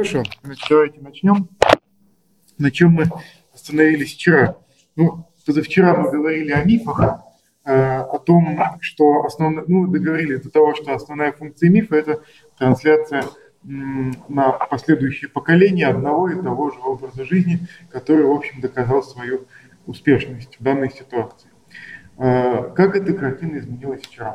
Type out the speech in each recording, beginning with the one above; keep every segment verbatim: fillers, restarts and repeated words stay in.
Хорошо, значит, давайте начнем. На чем мы остановились вчера? Ну, позавчера мы говорили о мифах, э, о том, что основно, ну, договорились до того, что основная функция мифа – это трансляция м, на последующие поколения одного и того же образа жизни, который, в общем, доказал свою успешность в данной ситуации. Э, как эта картина изменилась вчера?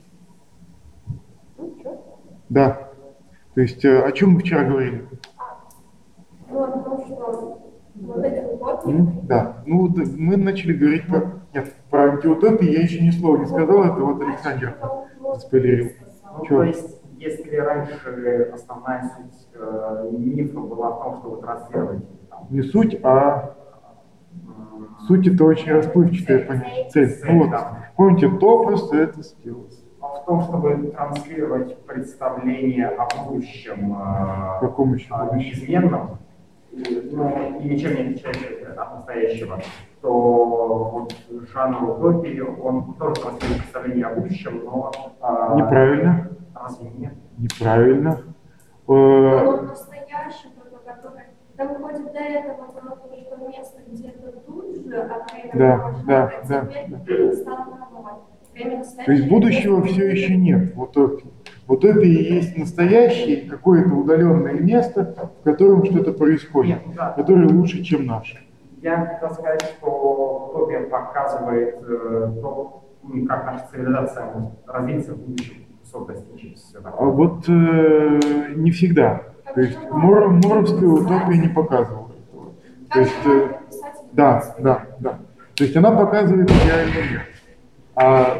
Да. То есть э, о чем мы вчера говорили? Ну, о том, что вот эти утопии... Да, ну да, мы начали говорить про, нет, про антиутопии, я еще ни слова не сказал, это вот Александр спойлерил. Ну, то есть, если раньше основная суть э, мифа была в том, чтобы транслировать... Там, не суть, а суть — это очень расплывчатое понятие, цель. цель, Ну, вот, да. помните, топос — это skills. В том, чтобы транслировать представление о будущем, э, Каком еще о будущем? неизменном, ну, и ничем не отличающегося от настоящего, то вот жанр утопии, он тоже транслирует представление о будущем, но... Э, Неправильно. Разве нет? Неправильно. Но он настоящий, только который... Там выходит до этого было то, что место где-то тут же, а время Да, прошло, да, а да, теперь стало наоборот. Время То есть будущего настоящее, все еще нет в утопии. В утопии есть настоящее, какое-то удаленное место, в котором что-то происходит, Нет, да. которое лучше, чем наше. Я хотел сказать, что утопия показывает э, то, как наша цивилизация может развиться в будущем, высот достичь, все А такое. вот э, не всегда. То есть Мор, Моровская утопия не показывала этого. То есть, э, да, да, да. То есть она показывает идеальный мир. А,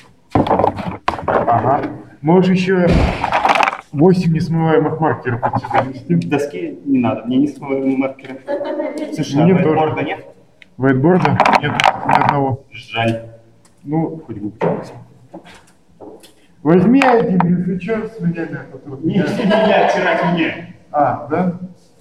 ага. Можешь еще восемь несмываемых маркеров отсюда нести? Доски не надо, мне не смываемые маркеры. Слушай, Мне а тоже. вайтборда нет? Вайтборда? Нет, ни одного. Жаль. Ну, Хоть бы учился. возьми один, если что, с меня на эту Не меня, тирать мне. А, да?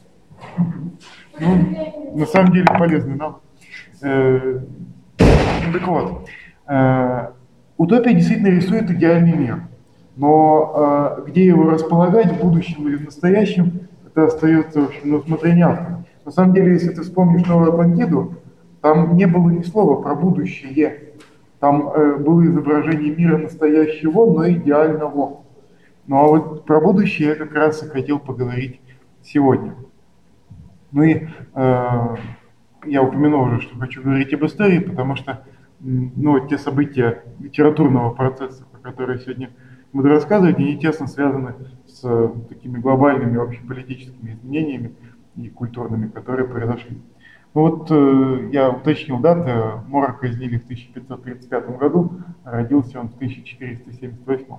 Ну, на самом деле полезный навык. Э, ну, так вот, э, утопия действительно рисует идеальный мир. Но э, где его располагать, в будущем или в настоящем, это остается, в общем, на усмотрение автора. На самом деле, если ты вспомнишь «Новую Атлантиду», там не было ни слова про будущее. Там э, было изображение мира настоящего, но идеального. Ну а вот про будущее я как раз и хотел поговорить сегодня. Ну и э, я упомянул уже, что хочу говорить об истории, потому что ну, те события литературного процесса, про которые сегодня буду рассказывать, они тесно связаны с э, такими глобальными общеполитическими изменениями и культурными, которые произошли. Ну вот э, я уточнил даты. Мора казнили в тысяча пятьсот тридцать пятом году, а родился он в тысяча четыреста семьдесят восьмом.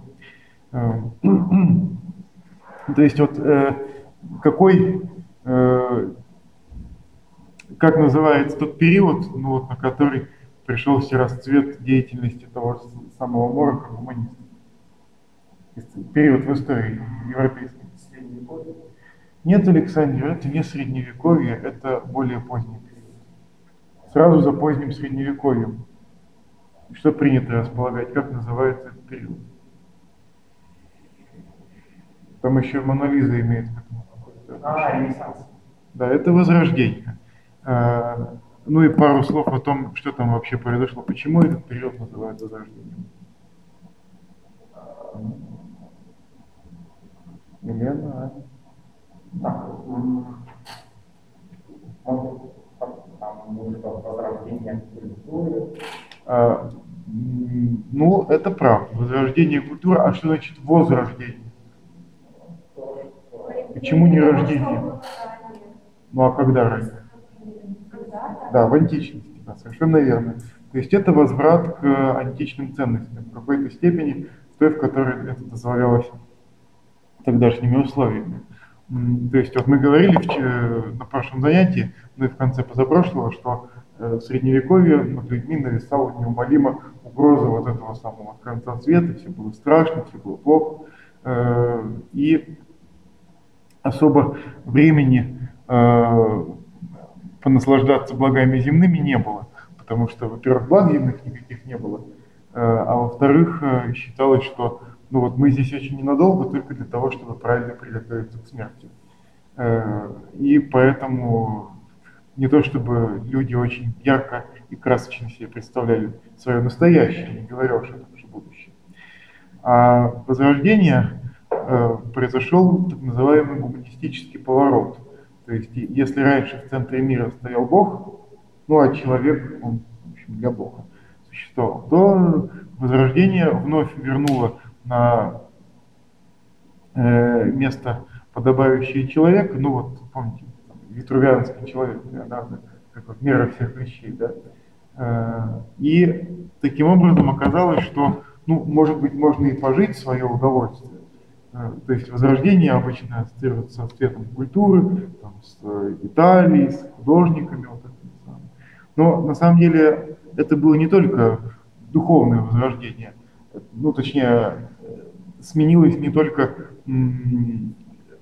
То есть вот э, какой, э, как называется тот период, ну, вот, на который пришелся расцвет деятельности того же самого Мора как гуманиста? Период в истории европейской. Средневековье. Нет, Александр, это не средневековье, это более поздний период. Сразу за поздним средневековьем. Что принято располагать? Как называется этот период? Там еще Мона Лиза имеет к этому какое-то А, отношение. Ренессанс. Да, это Возрождение. А, ну и пару слов о том, что там вообще произошло, почему этот период называют Возрождением. Елена, Так, м, может, там будет возрождение культуры. а, м, ну, это правда. Возрождение культуры. А что значит возрождение? Почему не рождение? Ну а когда ранее? Да, в античности, да, совершенно верно. То есть это возврат к античным ценностям в какой-то степени, в той, в которой это дозволялось тогдашними условиями. М, То есть вот мы говорили в, ч- на прошлом занятии, ну и в конце позапрошлого, что э, в Средневековье над людьми нависала неумолимо угроза вот этого самого конца света, все было страшно, все было плохо. Э, И особо времени э, понаслаждаться благами земными не было, потому что, во-первых, благ земных никаких не было, э, а во-вторых, э, считалось, что ну вот мы здесь очень ненадолго, только для того, чтобы правильно приготовиться к смерти. Э, И поэтому не то чтобы люди очень ярко и красочно себе представляли свое настоящее, не говоря уж о том же будущем. А возрождение э, произошел так называемый гуманистический поворот. То есть и- если раньше в центре мира стоял Бог, ну а человек, он, в общем, для Бога существовал, то возрождение вновь вернуло на э, место, подобающее человеку, ну вот, помните, там, витрувианский человек, Леонардо, как вот мера всех вещей, да. Э, И таким образом оказалось, что, ну, может быть, можно и пожить в свое удовольствие. Э, То есть возрождение обычно ассоциируется с цветом культуры, там, с э, Италией, с художниками, вот это самое. Но на самом деле это было не только духовное возрождение, ну, точнее, э, сменилось не только м,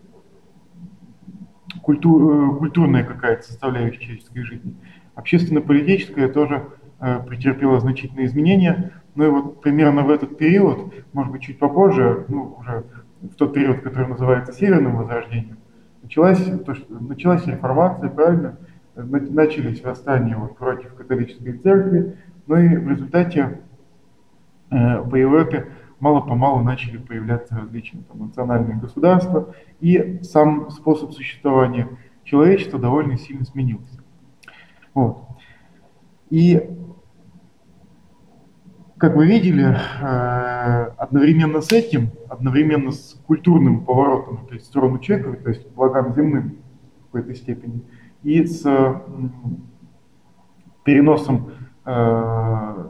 культу- э, культурная какая-то составляющая человеческой жизни. Общественно-политическая тоже э, претерпела значительные изменения. Ну и вот примерно в этот период, может быть, чуть попозже, ну, уже в тот период, который называется Северным Возрождением, началась, то, что, началась реформация, правильно? Э, на- Начались восстания вот, против католической церкви, ну и в результате э, по Европе мало-помалу начали появляться различные там, национальные государства, и сам способ существования человечества довольно сильно сменился. Вот. И, как вы видели, э, одновременно с этим, одновременно с культурным поворотом, то есть в сторону человека, то есть к благам земным в какой-то степени, и с м, переносом э,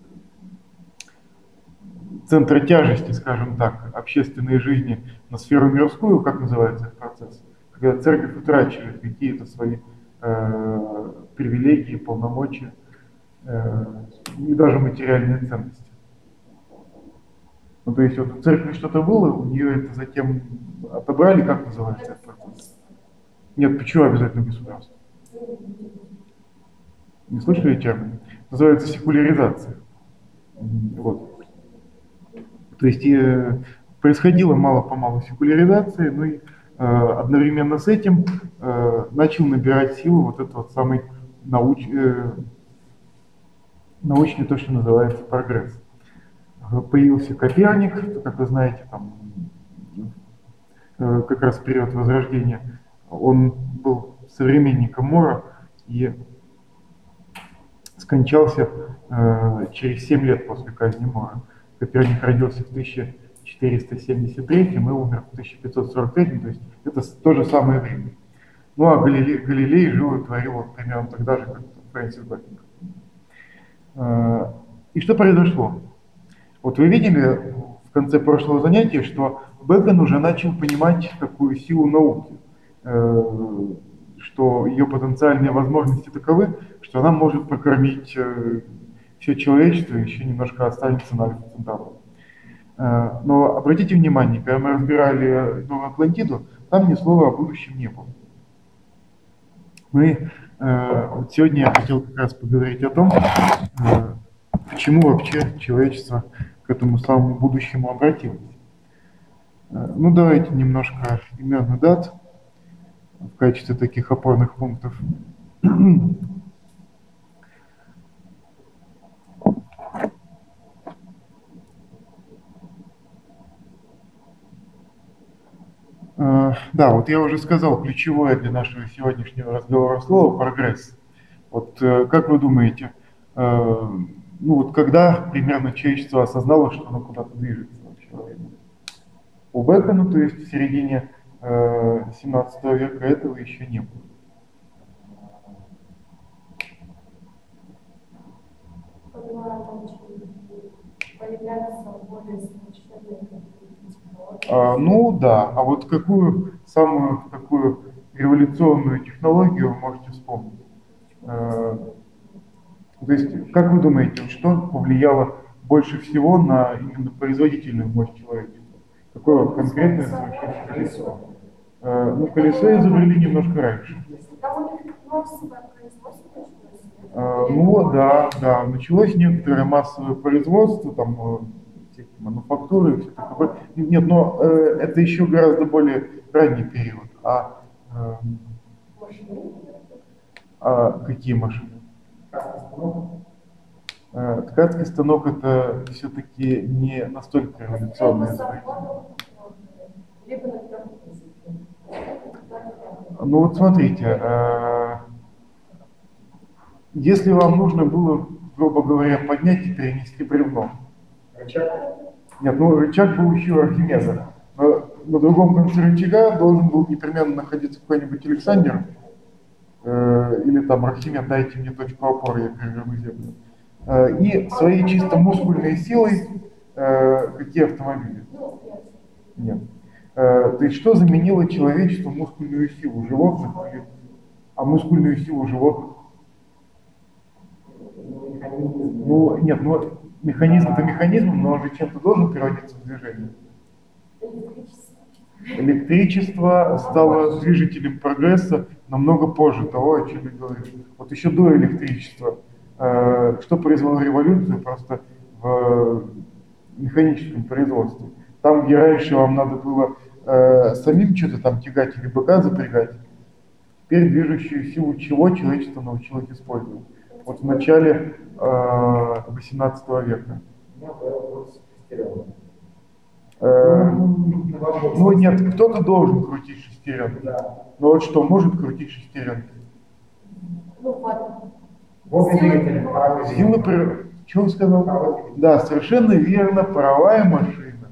центра тяжести, скажем так, общественной жизни на сферу мирскую, как называется этот процесс? Когда церковь утрачивает какие-то свои э, привилегии, полномочия э, и даже материальные ценности. Ну, то есть вот у церкви что-то было, у нее это затем отобрали, как называется этот процесс? Нет, почему обязательно государство? Не слышали термин? Называется секуляризация. Вот. То есть э, происходила мало-помалу секуляризация, ну и э, одновременно с этим э, начал набирать силу вот этот вот самый науч, э, научный, то, что называется, прогресс. Э, Появился Коперник, как вы знаете, там, э, как раз в период Возрождения. Он был современником Мора и скончался э, через семь лет после казни Мора. Коперник родился в тысяча четыреста семьдесят третьем и умер в тысяча пятьсот сорок третьем, то есть это то же самое время. Ну а Галилей, Галилей жил и творил вот примерно тогда же, как Фрэнсис Бэкон. Э, И что произошло? Вот вы видели в конце прошлого занятия, что Бэкон уже начал понимать такую силу науки, э, что ее потенциальные возможности таковы, что она может прокормить э, все человечество и еще немножко останется на Альфа Центавру. Э, Но обратите внимание, когда мы разбирали Новую Атлантиду, там ни слова о будущем не было. Мы, э, вот сегодня я хотел как раз поговорить о том, э, почему вообще человечество к этому самому будущему обратилось. Э, Ну, давайте немножко имен и дат в качестве таких опорных пунктов. Э, Да, вот я уже сказал, ключевое для нашего сегодняшнего разговора слово «прогресс». Вот э, как вы думаете, э, ну вот когда примерно человечество осознало, что оно куда-то движется вообще во времени? У Бэкона, то есть в середине э, семнадцатого века, этого еще не было. Появляться более совершенные технологии. А, ну да, а вот какую самую такую революционную технологию вы можете вспомнить? Э, то есть, как вы думаете, вот что повлияло больше всего на именно производительную мощь человечества? Какое вот конкретное совершенно колесо? Э, ну, колесо изобрели немножко раньше. Там у них массовое производство началось. Э, ну да, да, началось некоторое массовое производство, там э, всякие мануфактуры и все такое. Нет, но э, это еще гораздо более ранний период. А Э, а какие машины? Э, ткацкий станок это все-таки не настолько революционное изобретение. Ну вот смотрите, э, если вам нужно было, грубо говоря, поднять и перенести бревно. Рычаг? Нет, ну рычаг был еще у Архимеда. Но на другом конце рычага должен был непременно находиться какой-нибудь Александр, э, или там Архимед, дайте мне точку опоры, я переверну землю. Э, и своей чисто мускульной силой э, какие автомобили? Нет. Э, то есть что заменило человечеству мускульную силу животных, или, а мускульную силу животных? Ну, нет, ну механизм это механизм, но он же чем-то должен приводиться в движение. Электричество стало движителем прогресса намного позже того, о чем я говорю. Вот еще до электричества, э, что произвело революцию просто в механическом производстве. Там, где раньше вам надо было э, самим что-то там тягать или быка запрягать, теперь движущую силу чего человечество научилось использовать. Вот в начале э, восемнадцатого века. Э, ну нет, кто-то должен крутить шестеренки. Но вот что может крутить шестеренки? Силы природы. Что он сказал? Да, совершенно верно, паровая машина.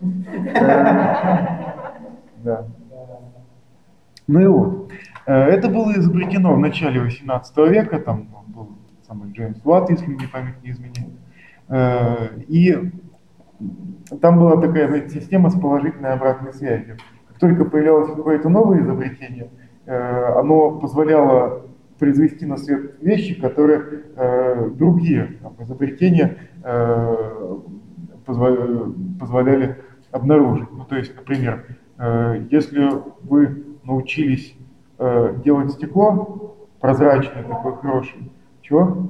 Да. Ну и вот. Это было изобретено в начале восемнадцатого века, там был самый Джеймс Уатт, если мне память не изменяет. И там была такая, знаете, система с положительной обратной связью. Как только появлялось какое-то новое изобретение, оно позволяло произвести на свет вещи, которые э, другие там, изобретения э, позволяли обнаружить. Ну, то есть, например, э, если вы научились э, делать стекло прозрачное, такое хорошее, чего?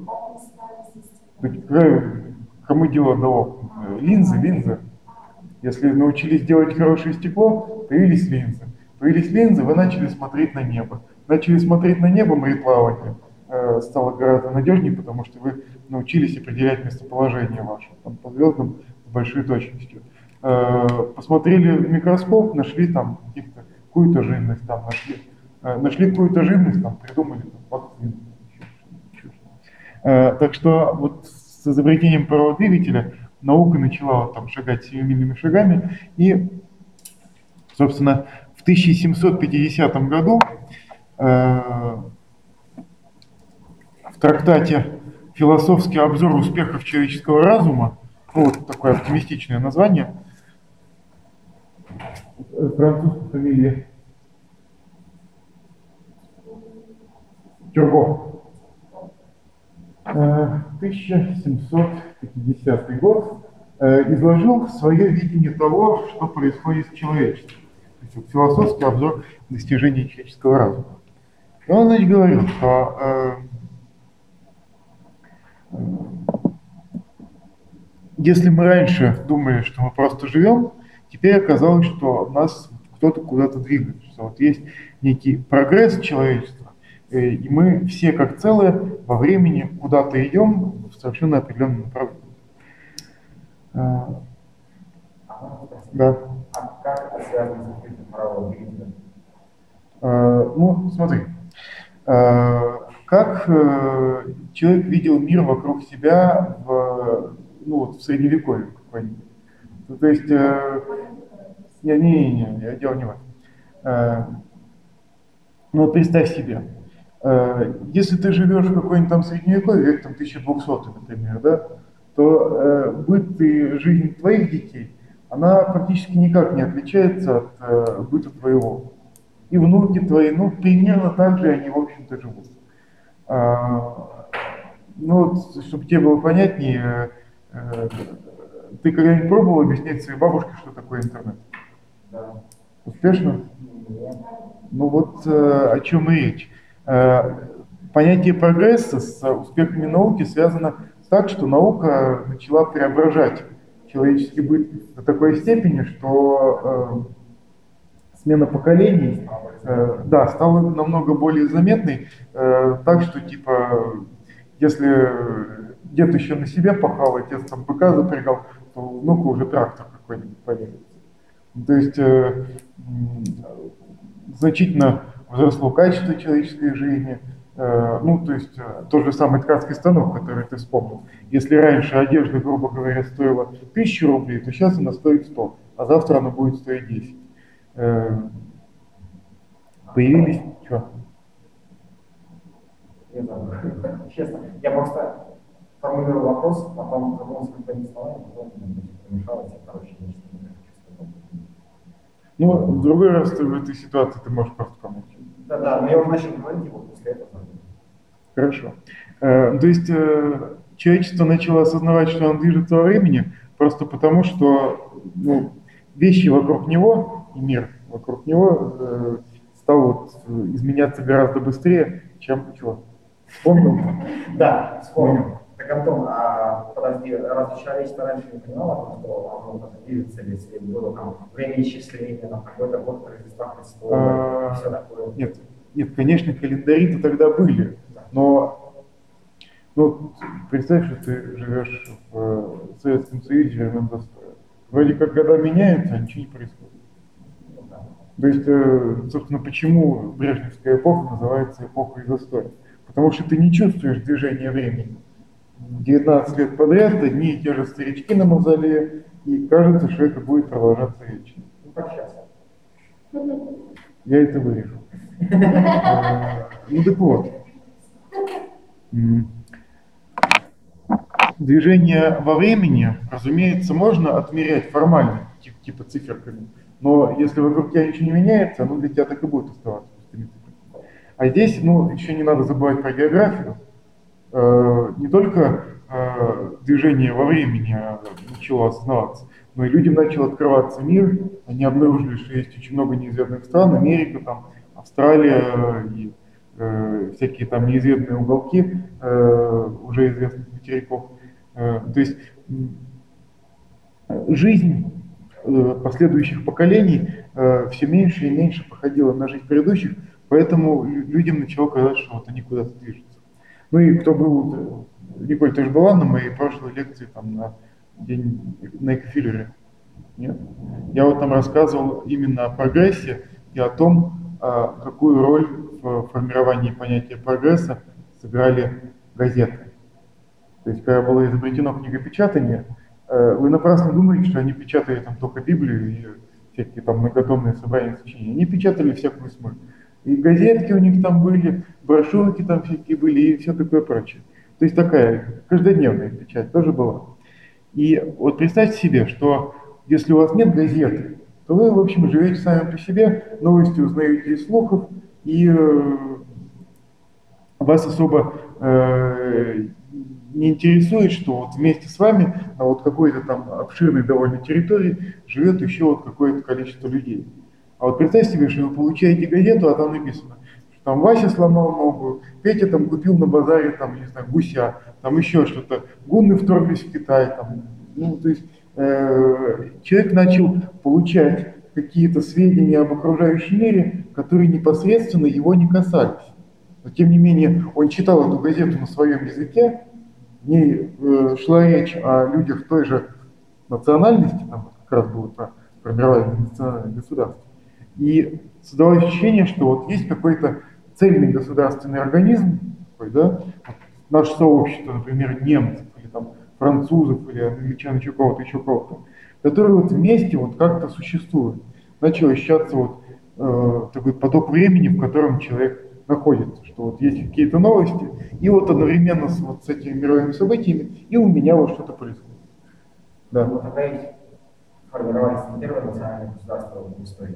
Кому дело дало? Линзы, линзы. Если научились делать хорошее стекло, появились линзы. Появились линзы, вы начали смотреть на небо. Начали смотреть на небо, мореплавание э, стало гораздо надежнее, потому что вы научились определять местоположение ваше там, по звездам с большой точностью. Э, посмотрели в микроскоп, нашли там каких-то, какую-то живность, там, нашли, э, нашли какую-то живность, там, придумали там, вакцину. Э, так что вот с изобретением парового двигателя наука начала вот, там, шагать семимильными шагами, и, собственно, в тысяча семьсот пятидесятом году в трактате «Философский обзор успехов человеческого разума», ну, вот такое оптимистичное название, французской фамилии Тюрго, тысяча семьсот пятидесятый год, изложил свое видение того, что происходит с человечеством. То есть, философский обзор достижений человеческого разума. И он, значит, говорил, что э, если мы раньше думали, что мы просто живем, теперь оказалось, что нас кто-то куда-то двигает, что вот есть некий прогресс человечества, э, и мы все как целое во времени куда-то идем в совершенно определенном направлении. Э, да. А как это связано с открытием парового двигателя? Э, ну, смотри. Как человек видел мир вокруг себя в, ну, вот, в средневековье какой-нибудь. Ну, то есть, не, не, не, не, дело не в этом. Ну, вот представь себе, если ты живешь в какой-нибудь там средневековье, век там тысяча двухсотый, например, да, то быт и жизнь твоих детей, она практически никак не отличается от быта твоего. И внуки твои, ну, примерно так же они, в общем-то, живут. А, ну, вот, чтобы тебе было понятнее, э, ты когда-нибудь пробовал объяснять своей бабушке, что такое интернет? Да. Успешно? Нет. Ну вот э, о чем и речь. Э, понятие прогресса с успехами науки связано так, что наука начала преображать человеческий быт до такой степени, что... Э, смена поколений, э, да, стала намного более заметной, э, так что, типа, если дед еще на себе пахал, отец там быка запрягал, то внуку уже трактор какой-нибудь появится. То есть э, м, значительно возросло качество человеческой жизни. Э, ну, то есть э, тот же самый ткацкий станок, который ты вспомнил. Если раньше одежда, грубо говоря, стоила тысячу рублей, то сейчас она стоит сто, а завтра она будет стоить десять. Э, появились... Что? Не знаю, честно. Я просто формулирую вопрос, потом задумался какими словами, потом помешалось, и, короче, нечто не хочу. Ну, в другой раз ты в этой ситуации ты можешь просто помочь. Да-да, но я уже начал говорить, и вот после этого... Хорошо. Э, то есть э, человечество начало осознавать, что оно движется во времени, просто потому что ну, вещи вокруг него и мир вокруг него э, стал вот, изменяться гораздо быстрее, чем чего. Вспомнил? Да, вспомнил. Так, Антон, а подожди, разве человечество раньше не понимало, что оно как движется, если было там время исчисления, там какой-то год Рождества Христова и все такое? Нет, нет, конечно, календари-то тогда были, но ну, представь, что ты живешь в Советском Союзе времен застоя. Вроде как года меняются, а ничего не происходит. То есть, собственно, почему Брежневская эпоха называется эпохой застоя? Потому что ты не чувствуешь движения времени. девятнадцать лет подряд одни и те же старички на мавзолее, и кажется, что это будет продолжаться вечно. Ну, как сейчас. Я это вырежу. Ну так вот. Движение во времени, разумеется, можно отмерять формально, типа циферками. Но если вокруг тебя ничего не меняется, оно для тебя так и будет оставаться пустыми цифрами. А здесь, ну, еще не надо забывать про географию. Э, не только э, движение во времени начало осознаваться, но и людям начал открываться мир. Они обнаружили, что есть очень много неизведанных стран, Америка, там, Австралия и э, всякие там неизведанные уголки э, уже известных материков. Э, то есть э, жизнь последующих поколений э, все меньше и меньше походила на жизнь предыдущих, поэтому людям начало казаться, что вот они куда-то движутся. Ну и кто был, Николь, ты же была на моей прошлой лекции там на день на экофиллере? Нет? Я вот там рассказывал именно о прогрессе и о том, а, какую роль в формировании понятия прогресса сыграли газеты. То есть, когда было изобретено книгопечатание, вы напрасно думаете, что они печатали там только Библию и всякие там многотомные собрания сочинений. Они печатали всякую смысл. И газетки у них там были, брошюрки там всякие были и все такое прочее. То есть такая каждодневная печать тоже была. И вот представьте себе, что если у вас нет газеты, то вы, в общем, живете сами по себе, новости узнаете из слухов, и э, вас особо э, не интересует, что вот вместе с вами на вот какой-то там обширной довольно территории живет еще вот какое-то количество людей. А вот представьте себе, что вы получаете газету, а там написано, что там Вася сломал ногу, Петя там купил на базаре там, не знаю, гуся, там еще что-то, гунны вторглись в Китай, там, ну, то есть э, человек начал получать какие-то сведения об окружающем мире, которые непосредственно его не касались. Но тем не менее, он читал эту газету на своем языке, в ней э, шла речь о людях той же национальности, там как раз было про формирование национальных государств. И создалось ощущение, что вот есть какой-то цельный государственный организм, такой, да, вот наше сообщество, например, немцев, или там французов, или англичан, еще кого-то, еще кого-то, которые вот вместе вот как-то существуют. Начал ощущаться вот э, такой поток времени, в котором человек находится, что вот есть какие-то новости, и вот одновременно с, вот с этими мировыми событиями, и у меня вот что-то происходит. Да. Вот тогда ведь формировались не первое национальное государство в истории.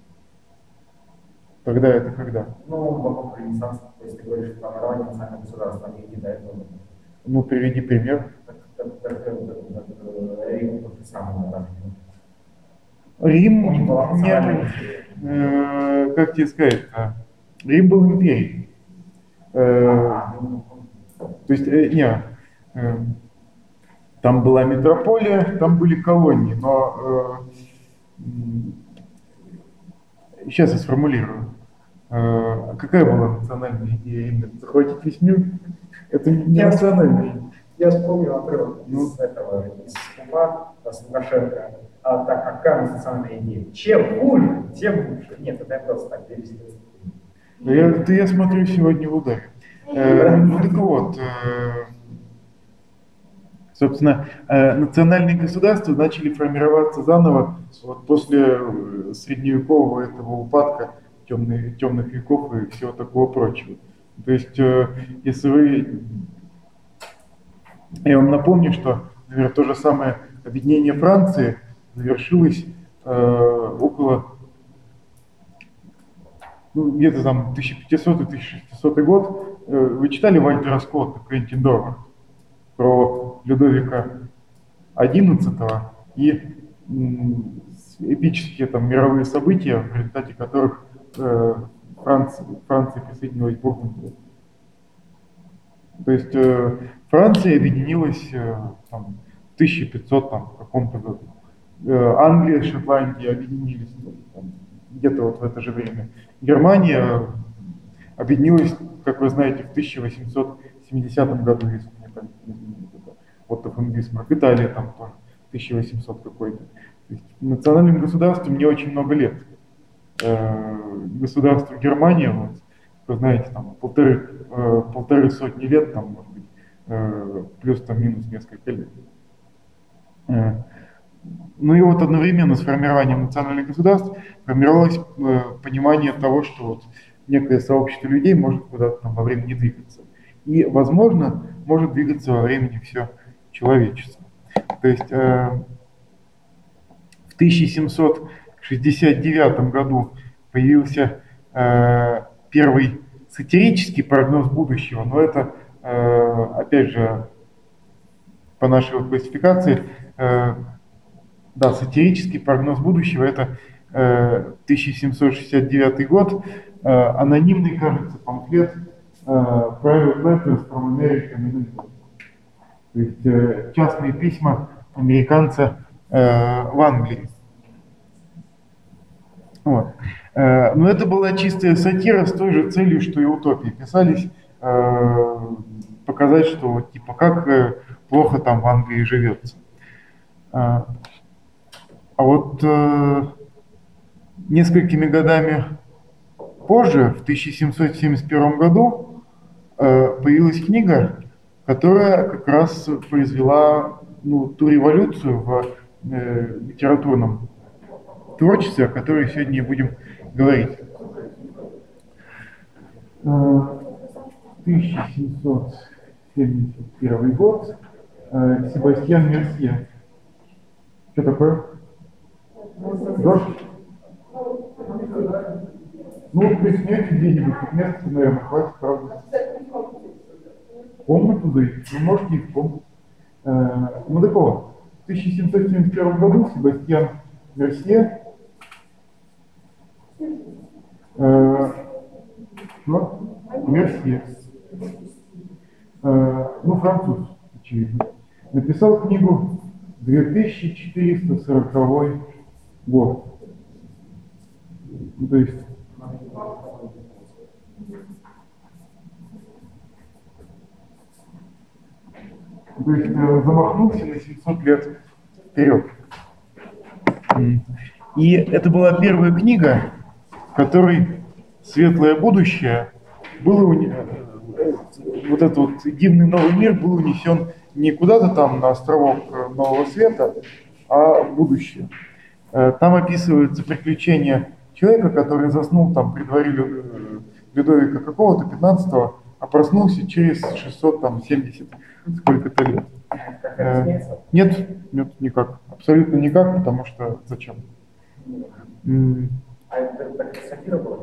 Тогда это когда? Ну, вокруг Ренессанса, то есть ты говоришь, формирование национального государства, а не до этого. Ну, приведи пример. Рим тот же самый, да. Рим, не, э, как тебе сказать, а? Рим был империей. Э, то есть, э, не, э, там была метрополия, там были колонии, но э, сейчас я сформулирую. Э, какая была национальная идея именно? Захватить весь мир? Это не Я национальная. Я вспомнил отрывок Ну. из этого, из Куба, с Лукашенко. А так, какая у нас национальная идея? Чем хуже, тем лучше. Нет, это я просто так перевести. Да я, да я смотрю сегодня в ударе. Э, ну так вот, э, собственно, э, национальные государства начали формироваться заново вот после э, средневекового этого упадка темных, темных веков и всего такого прочего. То есть, э, если вы... Я вам напомню, что, например, то же самое объединение Франции завершилось э, около, ну, где-то там тысяча пятисотый — тысяча шестисотый год. Э, вы читали Вальтера Скотта, Квентин Дорвард, про Людовика одиннадцатого и м, эпические там мировые события, в результате которых э, Франция, Франция присоединилась к Бургундии. То есть э, Франция объединилась э, там, в тысяча пятисотом там, каком-то году. Э, Англия, Шотландия объединились там, где-то вот в это же время. Германия объединилась, как вы знаете, в тысяча восемьсот семидесятом году, если не память не изменяет. Отто фон Бисмарк. Италия там тоже, тысяча восемьсот какой-то. То есть национальным государствам не очень много лет. Э, государство Германия, вот, вы знаете, там полторы, э, полторы сотни лет, там, может быть, э, плюс там минус несколько лет. Э, ну и вот одновременно с формированием национальных государств формировалось э, понимание того, что вот некое сообщество людей может куда-то там во времени двигаться. И, возможно, может двигаться во времени все человечество. То есть э, в тысяча семьсот шестьдесят девятом году появился э, первый сатирический прогноз будущего, но это, э, опять же, по нашей вот классификации, э, да, сатирический прогноз будущего — это э, тысяча семьсот шестьдесят девятый год, э, анонимный, кажется, памфлет э, Private Letters from American Indians. То есть э, частные письма американца э, в Англии. Вот. Э, но это была чистая сатира с той же целью, что и утопии. Писались э, показать, что вот, типа как э, плохо там в Англии живется. Э, а вот э, несколькими годами позже, в тысяча семьсот семьдесят первом году, э, появилась книга, которая как раз произвела ну, ту революцию в э, литературном творчестве, о которой сегодня будем говорить. Э, тысяча семьсот семьдесят первый год, э, Себастьян Мерсье. Что такое? Дождь? Ну, приснете где-нибудь, тут места, наверное, хватит, правда. В комнату зайти, вы можете и в комнату. Э, ну так вот, в тысяча семьсот семьдесят первом году Себастьян Мерсье, э, что? Мерсье, э, ну француз, очевидно, написал книгу две тысячи четыреста сороковой год. Ну, то есть То есть э, замахнулся на семьсот лет вперед. И это была первая книга, в которой светлое будущее было уни... вот этот вот дивный новый мир был унесен не куда-то там на островок Нового Света, а в будущее. Там описываются приключения человека, который заснул там при дворе Людовика какого-то пятнадцатого, а проснулся через шестьсот семьдесят сколько-то лет. Э, нет, нет, никак. Абсолютно никак, потому что зачем? А это так сатира была?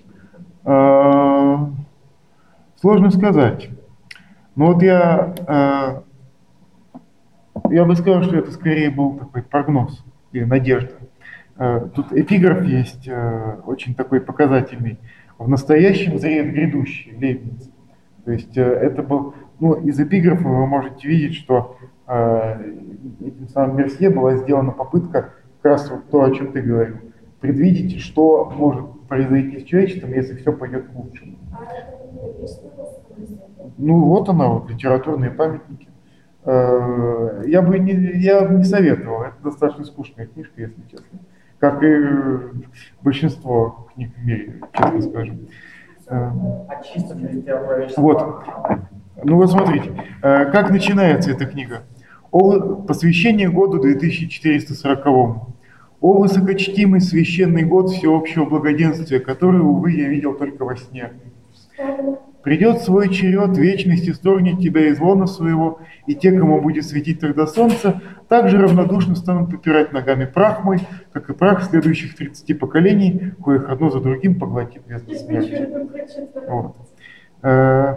Э, сложно сказать. Но вот я, э, я бы сказал, что это скорее был такой прогноз или надежда. Э, тут эпиграф есть э, очень такой показательный. В настоящем зреет грядущее, Лейбниц. То есть э, это был, ну, из эпиграфа вы можете видеть, что э, этим самым Мерсье была сделана попытка как раз вот то, о чем ты говорил, предвидеть, что может произойти с человечеством, если все пойдет к лучшему. А это не есть на русском языке? Ну вот она, вот, литературные памятники. Э, Я бы не, я бы не советовал, это достаточно скучная книжка, если честно. Как и большинство книг в мире, честно скажем. Э, А чисто для литературоведчества? Вот. Ну вот смотрите, э, как начинается эта книга. О, посвящение году две тысячи четыреста сороковому. О высокочтимый священный год всеобщего благоденствия, который, увы, я видел только во сне. Придет свой черед, вечность исторгнет тебя из лона своего, и те, кому будет светить тогда солнце, также равнодушно станут попирать ногами прах мой, как и прах следующих тридцати поколений, коих одно за другим поглотит бездна смерти. Вот. Э,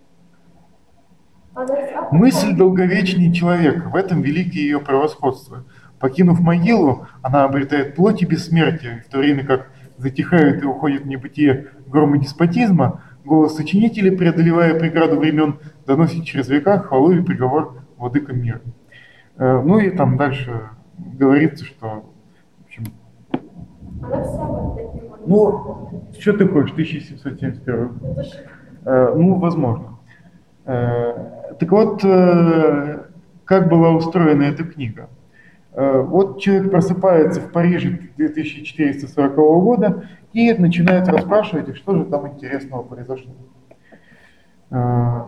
Мысль долговечнее человека, в этом великое ее превосходство. Покинув могилу, она обретает плоть и бессмертие, в то время как затихают и уходят в небытие громы деспотизма, голос сочинителя, преодолевая преграду времен, доносит через века хвалу и приговор владыкам мира. Э, Ну и там дальше говорится, что, в общем, Она вся вот таким вот. ну, что ты хочешь, тысяча семьсот семьдесят первый? Это же Э, Ну, возможно. Э, Так вот, э, как была устроена эта книга? Э, Вот человек просыпается в Париже две тысячи четыреста сорокового года и начинает расспрашивать, и что же там интересного произошло. Э,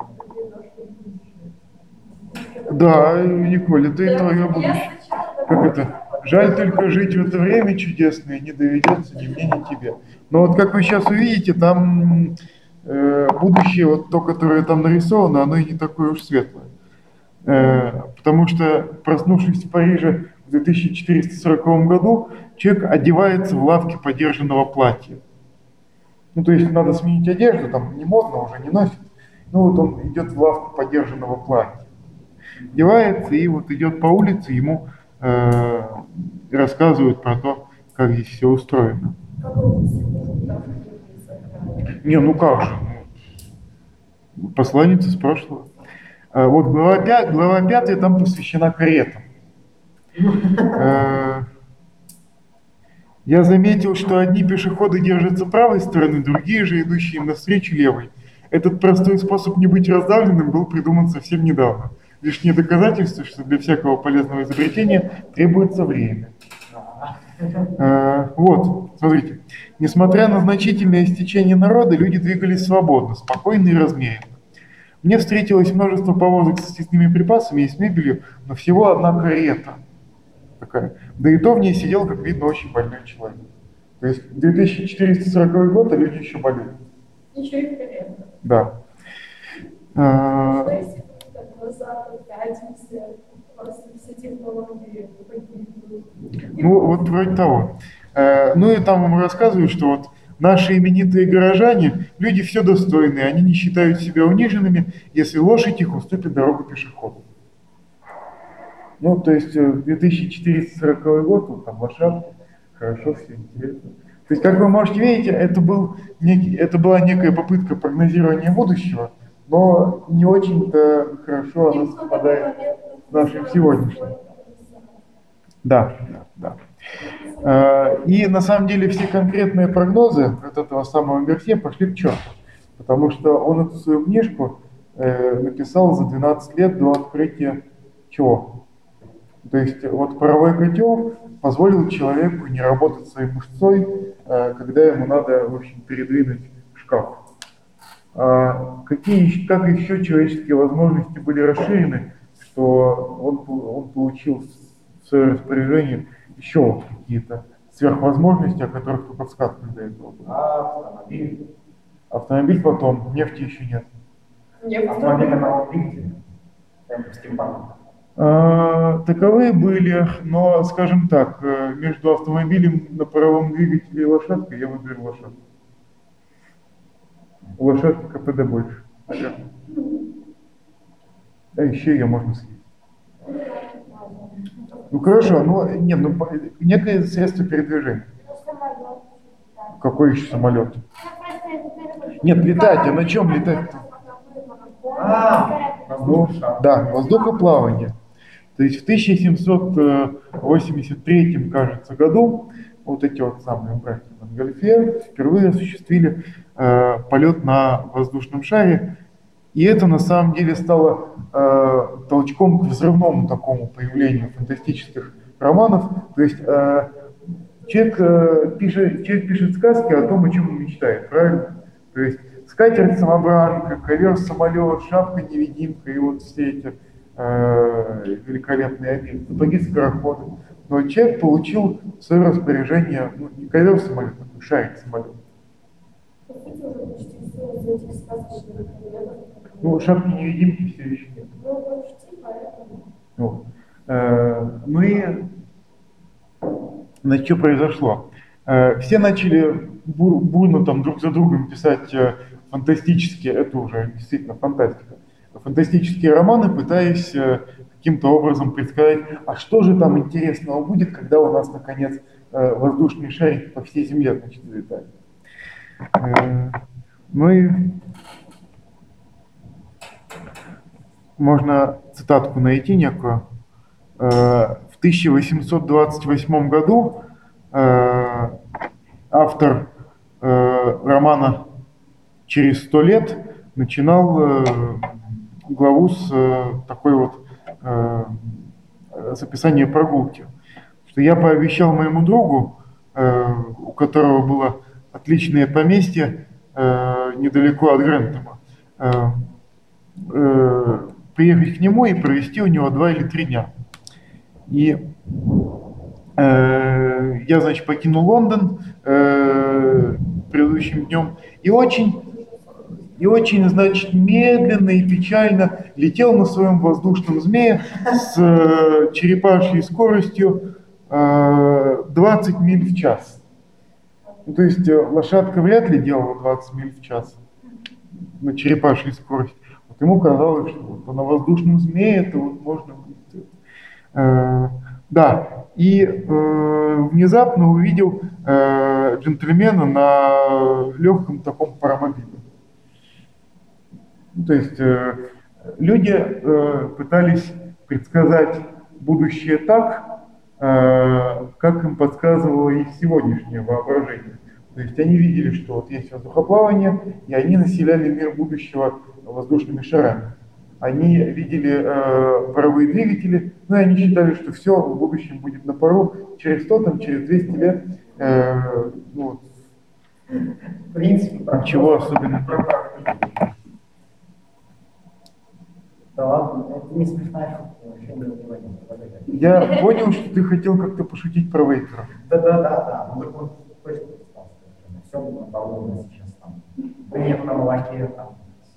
Да, Николь, это и твое будущее. Как это? Жаль только жить в это время чудесное, не доведется ни мне, ни тебе. Но вот как вы сейчас увидите, там э, будущее, вот то, которое там нарисовано, оно и не такое уж светлое. Э, потому что, проснувшись в Париже в две тысячи четыреста сороковом году, человек одевается в лавке подержанного платья. Ну, то есть надо сменить одежду, там не модно, уже не носит. Ну, вот он идет в лавку подержанного платья. Одевается и вот идет по улице, ему э, рассказывают про то, как здесь все устроено. Не, ну как же, ну, посланница с прошлого. А вот глава, пя- глава пятая там посвящена каретам. Э, Я заметил, что одни пешеходы держатся правой стороны, другие же, идущие им навстречу, левой. Этот простой способ не быть раздавленным был придуман совсем недавно. Лишнее доказательство, что для всякого полезного изобретения требуется время. Э, Вот, смотрите. Несмотря на значительное стечение народа, люди двигались свободно, спокойно и размеренно. Мне встретилось множество повозок с съестными припасами и с мебелью, но всего одна карета такая. Да и то в ней сидел, как видно, очень больной человек. То есть две тысячи четыреста сороковой год, а люди еще болели. еще и приятно. Да. Э, Что если как назад пятимся, просто все технологии погибнут? Ну, вот вроде того. Э, Ну и там ему рассказывают, что вот наши именитые горожане, люди все достойные, они не считают себя униженными, если лошадь их уступит дорогу пешеходу. Ну, то есть э, две тысячи четыреста сороковой год, вот там лошадки, хорошо, все интересно. То есть, как вы можете видеть, это, был некий, это была некая попытка прогнозирования будущего, но не очень-то хорошо она совпадает с нашим сегодняшним. Да, да, да. Э, И на самом деле все конкретные прогнозы от этого самого Мерсье пошли к черту, потому что он эту свою книжку э, написал за двенадцать лет до открытия чего? То есть вот паровой котел позволил человеку не работать своей мышцой, э, когда ему надо, в общем, передвинуть шкаф. А какие, ещё- как еще человеческие возможности были расширены, что он, пол- он получил в свое распоряжение еще вот какие-то сверхвозможности, о которых только в сказках до этого было. А автомобиль? Автомобиль потом, нефти еще нет. Автомобиль на новом двигателе? Прям по стимпанку. А, таковые были, но, скажем так, э, между автомобилем на паровом двигателе и лошадкой я выберу лошадку. У лошадки КПД больше, наверное. Да, еще ее можно съесть. Ну хорошо, ну нет, ну по- некое средство передвижения. Какой еще самолет? Нет, летать, а на чем летать-то? А, Ну, воздушный шар. да, воздухоплавание. То есть в тысяча семьсот восемьдесят третьем, кажется, году вот эти вот самые братья Монгольфьер впервые осуществили э, полет на воздушном шаре. И это на самом деле стало э, толчком к взрывному такому появлению фантастических романов. То есть э, человек, э, пишет, человек пишет сказки о том, о чем он мечтает, правильно? То есть скатерть-самобранка, ковер-самолет, шапка-невидимка и вот все эти э, великолепные объекты, сапоги-скороходы. Но человек получил в свое распоряжение, ну, не ковер-самолет, а шарик-самолет. Ну, шапки-невидимки все еще нет. Вот. Э, ну и, значит, что произошло? Э, все начали бур, бурно там друг за другом писать э, фантастические, это уже действительно фантастика, фантастические романы, пытаясь э, каким-то образом предсказать, а что же там интересного будет, когда у нас, наконец, э, воздушные шарики по всей Земле, значит, залетают. Э, ну и можно цитатку найти некую. В тысяча восемьсот двадцать восьмом году автор романа «Через сто лет» начинал главу с такой вот с описания прогулки. Что я пообещал моему другу, у которого было отличное поместье недалеко от Грентема, приехать к нему и провести у него два или три дня. И э, я, значит, покинул Лондон э, предыдущим днем и очень, и очень, значит, медленно и печально летел на своем воздушном змее с э, черепашьей скоростью э, двадцать миль в час. Ну, то есть э, лошадка вряд ли делала двадцать миль в час на черепашьей скорости. Вот ему казалось, что вот на воздушном змее это вот можно будет. Э, да, и э, внезапно увидел э, джентльмена на легком таком паромобиле. Ну, то есть э, люди э, пытались предсказать будущее так, э, как им подсказывало их сегодняшнее воображение. То есть они видели, что вот есть воздухоплавание, и они населяли мир будущего воздушными шарами. Они видели э, паровые двигатели, ну и они считали, что все в будущем будет на пару. Через сто, там, через двести лет, э, ну, в принципе, ничего особенного. Да ладно, это не смешная шутка, вообще не понимаю. Я понял, что ты хотел как-то пошутить про вейперов. Да-да-да, ну так вот точно сказал, что все было по-моему сейчас там. Нет на молоке там.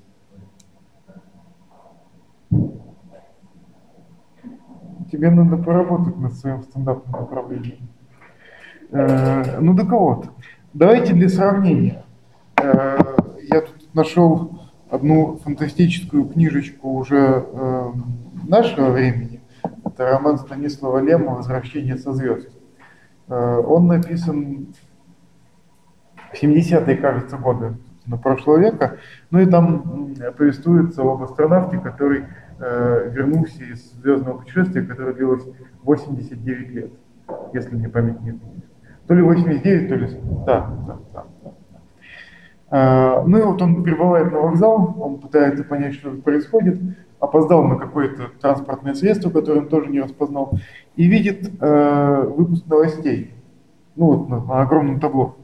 Тебе надо поработать над своим стендапным направлением. Э, ну так вот, давайте для сравнения. Э, я тут нашел одну фантастическую книжечку уже э, нашего времени. Это роман Станислава Лема «Возвращение со звезд». Э, он написан в семидесятые, кажется, годы на прошлого века. Ну и там повествуется об астронавте, который э, вернулся из звездного путешествия, которое длилось восемьдесят девять лет, если мне память не изменяет. То ли восемьдесят девять, то ли... Да, да, да. да. А, ну и вот он прибывает на вокзал, он пытается понять, что происходит, опоздал на какое-то транспортное средство, которое он тоже не распознал, и видит э, выпуск новостей. Ну вот на, на огромном табло.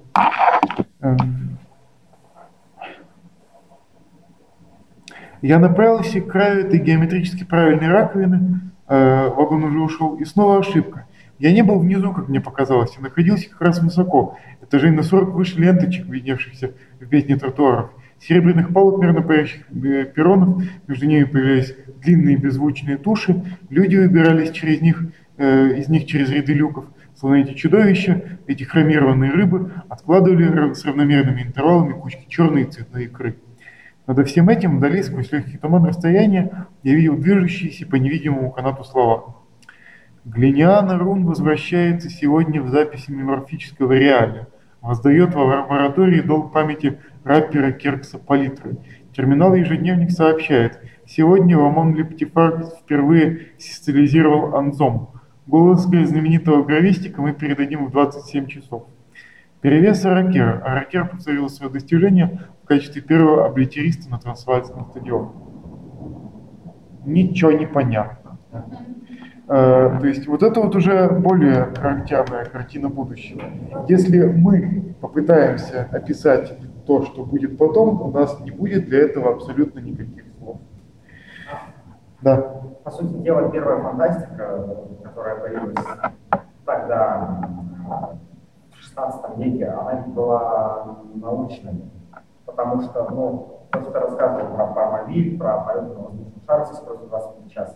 Я направился к краю этой геометрически правильной раковины, э, вагон уже ушел, и снова ошибка. Я не был внизу, как мне показалось, и находился как раз высоко, этажей на сорок выше ленточек, видневшихся в бездне тротуаров, серебряных палок мерно парящих перронов, между ними появлялись длинные беззвучные туши, люди выбирались через них, э, из них через ряды люков, словно эти чудовища, эти хромированные рыбы, откладывали с равномерными интервалами кучки черной и цветной икры. Над всем этим, вдали, сквозь легкий туман расстояния, я видел движущиеся по невидимому канату слова. Глиниана Рун возвращается сегодня в записи меморфического реалия, воздает в лаборатории долг памяти рэпера Керкса Палитры. Терминал ежедневник сообщает, сегодня Ламон Лептифар впервые систилизировал анзом. Голос знаменитого гравистика мы передадим в двадцать семь часов. Перевес Аракера. Аракер повторил свое достижение в качестве первого облитериста на Трансваальском стадионе. Ничего не понятно. Э, то есть вот это вот уже более характерная картина будущего. Если мы попытаемся описать то, что будет потом, у нас не будет для этого абсолютно никаких слов. Да. По сути дела, первая фантастика, которая появилась тогда, в шестнадцатом веке, она была научной. Потому что, ну, кто-то рассказывал про паромобиль, про полет на воздушном шаре со скоростью двадцать миль в час.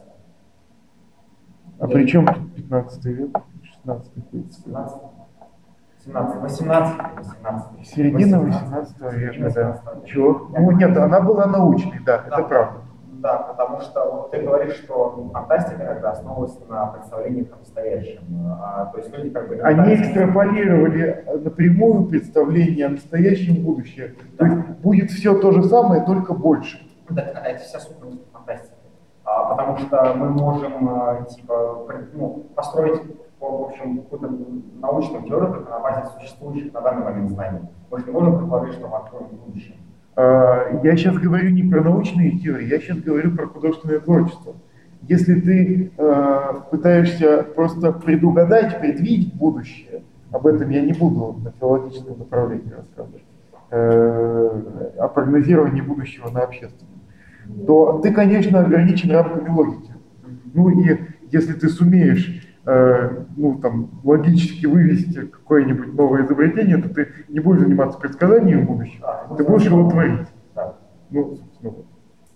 А при чем тут пятнадцатый век? шестнадцатый век? семнадцатый? семнадцатый, восемнадцатый, восемнадцатый. Середина восемнадцатого века, да. Чего? Ну нет, она была научной, да, Да. это правда. Да, потому что вот ты говоришь, что фантастика когда основывается на представлениях о настоящем. А, то есть люди как бы... Они экстраполировали напрямую представление о настоящем будущем. То есть будет все то же самое, только больше. Да, это вся сущность фантастики. А, потому что мы можем а, типа, ну, построить в общем, какую-то научную теорию только на базе существующих на данный момент знаний. Мы же не можем предположить, что мы откроем будущее. Я сейчас говорю не про научные теории, я сейчас говорю про художественное творчество. Если ты э, пытаешься просто предугадать, предвидеть будущее, об этом я не буду на филологическом направлении рассказывать, э, о прогнозировании будущего на общественном, то ты, конечно, ограничен рамками логики. Ну и если ты сумеешь э, ну, там, логически вывести какое-нибудь новое изобретение, то ты не будешь заниматься предсказанием будущего, ты будешь его творить. Ну, собственно, вот.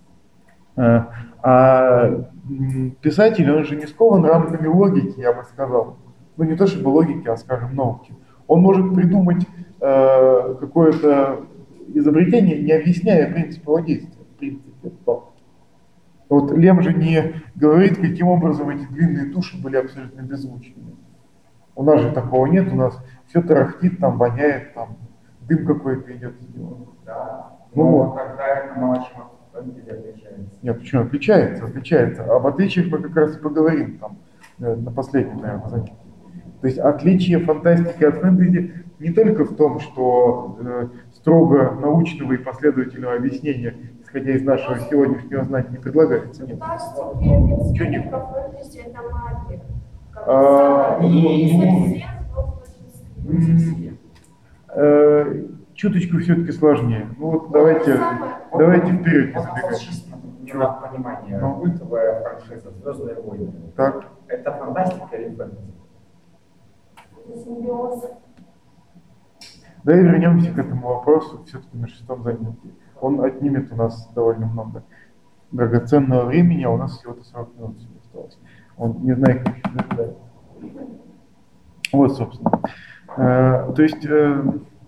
А, а писатель, он же не скован рамками логики, я бы сказал. Ну, не то чтобы логики, а, скажем, науки. Он может придумать э, какое-то изобретение, не объясняя принцип его действия. В принципе, это вот Лем же не говорит, каким образом эти длинные туши были абсолютно беззвучными. У нас же такого нет, у нас все тарахтит, там воняет, там дым какой-то идет из него. Да. Ну, но когда это мало чем от фэнтези отличается. Нет, почему? Отличается, отличается. Об отличиях мы как раз и поговорим там на последнем, наверное, занятии. То есть отличие фантастики от фэнтези не только в том, что э, строго научного и последовательного объяснения, исходя из нашего сегодняшнего знания, не предлагается. Нет. Фантастика, не это фэнтези, это магия. А, ну, Не ну, совсем, но э, чуточку все-таки сложнее. Ну вот давайте, давайте вперед не забегать. Не ради понимания. Ну. Культовая франшиза «Звездные войны». Так. Это фантастика или фэнтези? симбиоз. Да и вернемся к этому вопросу все-таки на шестом занятии. Он отнимет у нас довольно много драгоценного времени, а у нас всего-то сорок минут осталось. Он не знает, как еще наблюдать. Вот, собственно. Э, то есть э,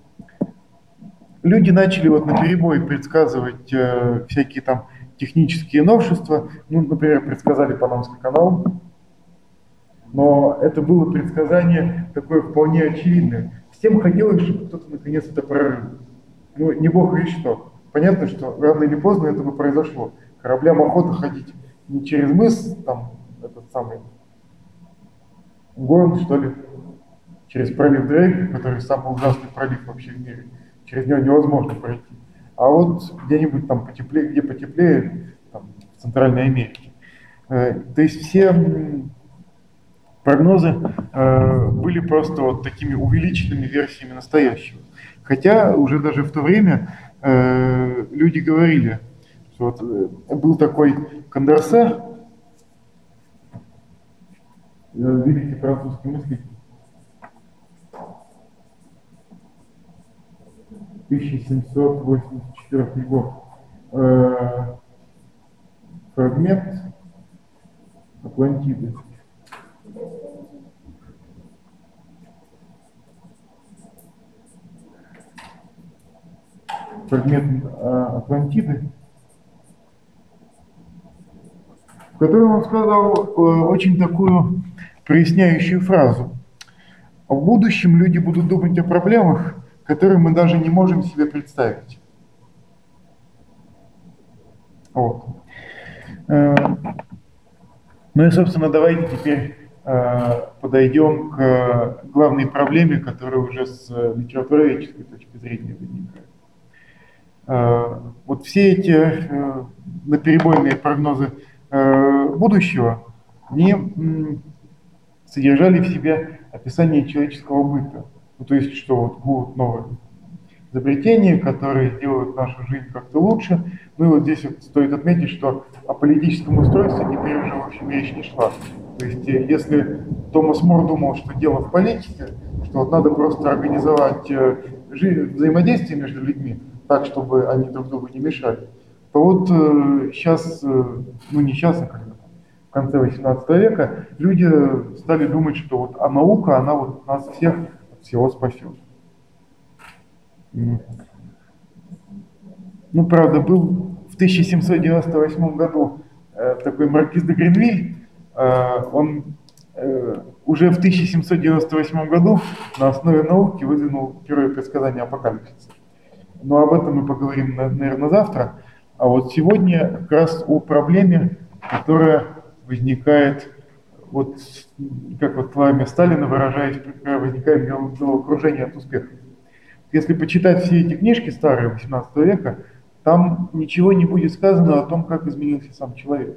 люди начали вот наперебой предсказывать э, всякие там технические новшества. Ну, например, предсказали Панамский канал. Но это было предсказание такое вполне очевидное. Всем хотелось, чтобы кто-то наконец это прорыл. Ну, не бог весть что. Понятно, что рано или поздно это бы произошло. Кораблям охота ходить не через мыс, там, этот самый Горн, что ли, через пролив Дрейка, который самый ужасный пролив вообще в мире. Через него невозможно пройти. А вот где-нибудь там потеплее, где потеплее, там, в Центральной Америке. Э, то есть все прогнозы э, были просто вот такими увеличенными версиями настоящего. Хотя уже даже в то время э, люди говорили, что вот э, был такой Кондорсе, великий французский мыслитель, тысяча семьсот восемьдесят четвёртый год. Э, фрагмент Атлантиды. Фрагмент Атлантиды, в котором он сказал очень такую проясняющую фразу. В будущем люди будут думать о проблемах, которые мы даже не можем себе представить. Вот. Ну и, собственно, давайте теперь подойдем к главной проблеме, которая уже с литературоведческой точки зрения возникает. Вот все эти наперебойные прогнозы будущего, они содержали в себе описание человеческого быта. Ну, то есть, что вот будут новые изобретения, которые сделают нашу жизнь как-то лучше. Ну и вот здесь вот стоит отметить, что о политическом устройстве теперь уже, в общем, речь не шла. То есть, если Томас Мор думал, что дело в политике, что вот надо просто организовать жизнь, взаимодействие между людьми так, чтобы они друг другу не мешали, то вот сейчас, ну не сейчас, а когда в конце восемнадцатого века люди стали думать, что вот а наука, она вот нас всех от всего спасет. Ну, правда, был в тысяча семьсот девяносто восьмом году э, такой маркиз де Гренвиль, э, он э, уже в тысяча семьсот девяносто восьмом году на основе науки выдвинул теорию предсказания апокалипсиса. Но об этом мы поговорим, наверное, завтра. А вот сегодня как раз о проблеме, которая возникает, вот как вот словами Сталина выражаясь, возникает головокружение от успеха. Если почитать все эти книжки старые восемнадцатого века, там ничего не будет сказано о том, как изменился сам человек.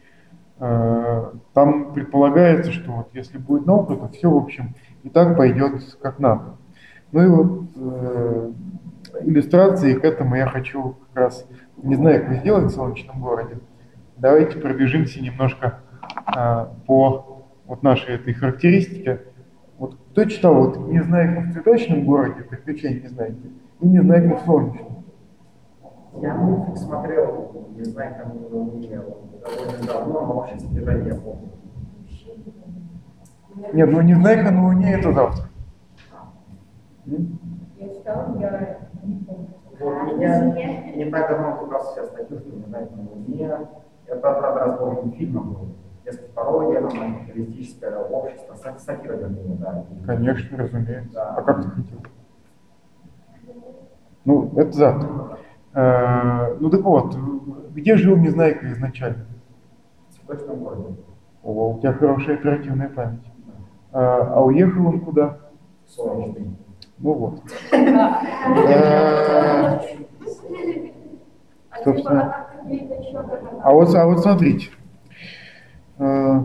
Там предполагается, что вот если будет наука, то все, в общем, и так пойдет как надо. Ну и вот э, иллюстрации к этому я хочу как раз, не знаю, как вы сделать в солнечном городе. Давайте пробежимся немножко э, по вот нашей этой характеристике. Вот кто читал, вот «Не знаю, как в цветочном городе», «Приключения не знаете», и «Не знаю, как в солнечном». Я мультик смотрел, не знаю, как он не довольно давно, но вообще содержание я помню. Нет, ну «Не знаю, как на Луне» — это завтра. Я читала, я не помню. Вот меня не так давно как раз сейчас статью, что «Не знаю, как на Луне». Это, правда, разбор фильма был. Если пародия, там, капиталистическое общество, сатира, вернее, да. Конечно, разумеется. Да. А как ты хотел? Ну, это завтра. Э, ну так вот, где жил Незнайка изначально? В цветочном городе. О, у тебя хорошая оперативная память. А, а уехал он куда? Солнечный. Ну вот. Э, Собственно. А вот, а вот смотрите. Э,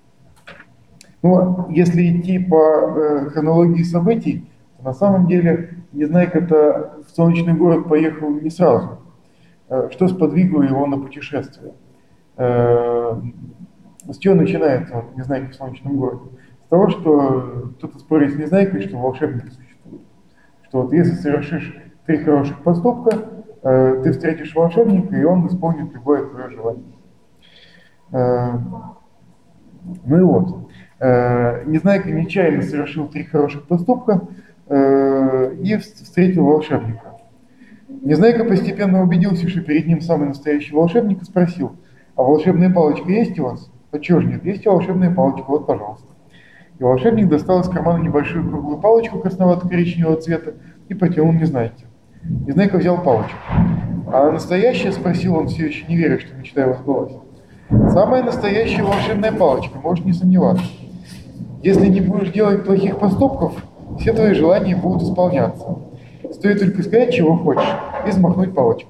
Ну, если идти по э, хронологии событий, то на самом деле Незнайка-то в солнечный город поехал не сразу. Э, что сподвигло его на путешествие? Э, с чего начинается вот, Незнайка в солнечном городе? С того, что кто-то спорит с Незнайкой, что волшебники существуют. Что вот если совершишь три хороших поступка, э, ты встретишь волшебника, и он исполнит любое твое желание. Э, ну и вот. Незнайка нечаянно совершил три хороших поступка э, и встретил волшебника. Незнайка постепенно убедился, что перед ним самый настоящий волшебник, и спросил: а волшебная палочка есть у вас? А чего ж нет? Есть волшебная палочка, вот, пожалуйста. И волшебник достал из кармана небольшую круглую палочку красновато-коричневого цвета и протянул Незнайке. Незнайка взял палочку. А настоящая, спросил он, все еще не веря, что мечта его сбылась. Самая настоящая волшебная палочка, можешь не сомневаться. Если не будешь делать плохих поступков, все твои желания будут исполняться. Стоит только сказать, чего хочешь, и взмахнуть палочкой.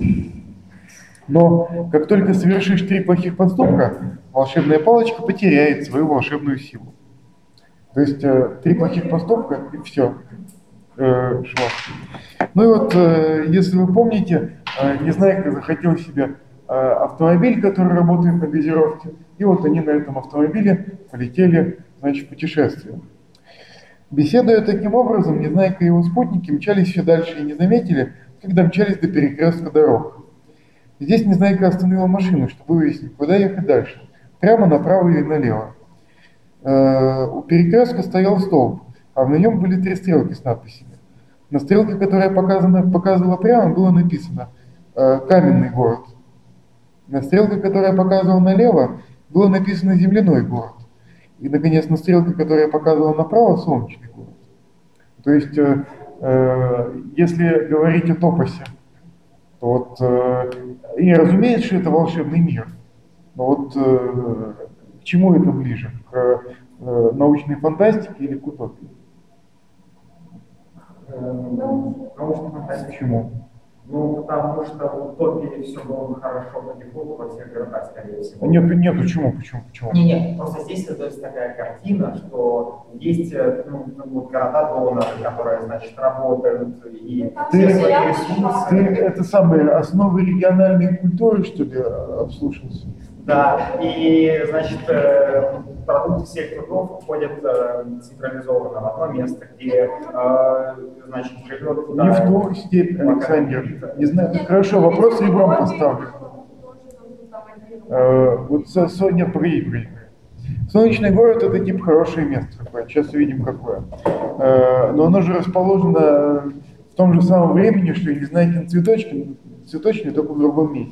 Но как только совершишь три плохих поступка, волшебная палочка потеряет свою волшебную силу. То есть э, три плохих поступка, и все. Э, шло. Ну и вот, э, если вы помните, э, Незнайка захотел себе э, автомобиль, который работает на газировке, и вот они на этом автомобиле полетели, значит, в путешествие. Беседуя таким образом, Незнайка и его спутники мчались все дальше и не заметили, когда мчались до перекрестка дорог. Здесь Незнайка остановила машину, чтобы выяснить, куда ехать дальше, прямо направо или налево. Э, у перекрестка стоял столб, а на нем были три стрелки с надписями. На стрелке, которая показана, показывала прямо, было написано э, «Каменный город». На стрелке, которая показывала налево, было написано «Земляной город». И, наконец, на стрелке, которая показывала направо, «Солнечный город». То есть, э, э, если говорить о топосе, то вот, э, и разумеется, что это волшебный мир, но вот э, к чему это ближе? К э, научной фантастике или к утопии? Научная фантастика. Почему? Ну, потому что в утопии все было бы хорошо по дефолту во всех городах, скорее всего. Нет, нет, почему, почему, почему? Не, нет, просто здесь создается такая картина, что есть ну, ну, вот города-доноры, которые, значит, работают и Ты, все свои ресурсы. ты это самые основы региональной культуры, что ли, обслушался? Да, и, значит, э, продукты всех трудов входят э, централизованно в одно место, где, э, значит, живет... Не в ту степь, Александр. Не знаю, хорошо, вопрос ребром поставлю. Э, вот со- со- нет, погоди, погоди. Солнечный город — это типа хорошее место такое, сейчас увидим какое. Э, но оно же расположено в том же самом времени, что и Незнайкин цветочки, цветочный, только в другом месте.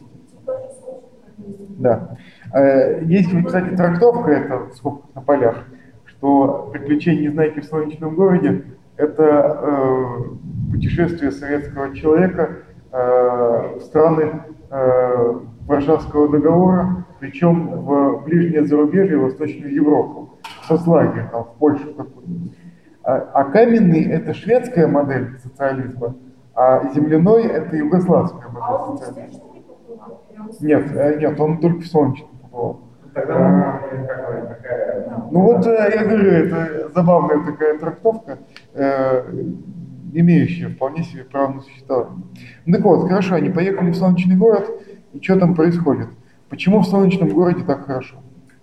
Да. Э, Есть, кстати, трактовка, это сколько на полях, что приключения Незнайки в солнечном городе — это э, путешествие советского человека э, в страны э, Варшавского договора, причем в ближнее зарубежье, в Восточную Европу, в соцлагерь, там, в Польшу какую-то. А, а каменный — это шведская модель социализма, а земляной — это югославская модель социализма. Нет, э, нет, он только в солнечном побывал. Тогда, ну, как говорить, такая... Ну вот, э, я говорю, это забавная такая трактовка, э, имеющая вполне себе право на существование. Ну так вот, хорошо, они поехали в солнечный город, и что там происходит? Почему в солнечном городе так хорошо?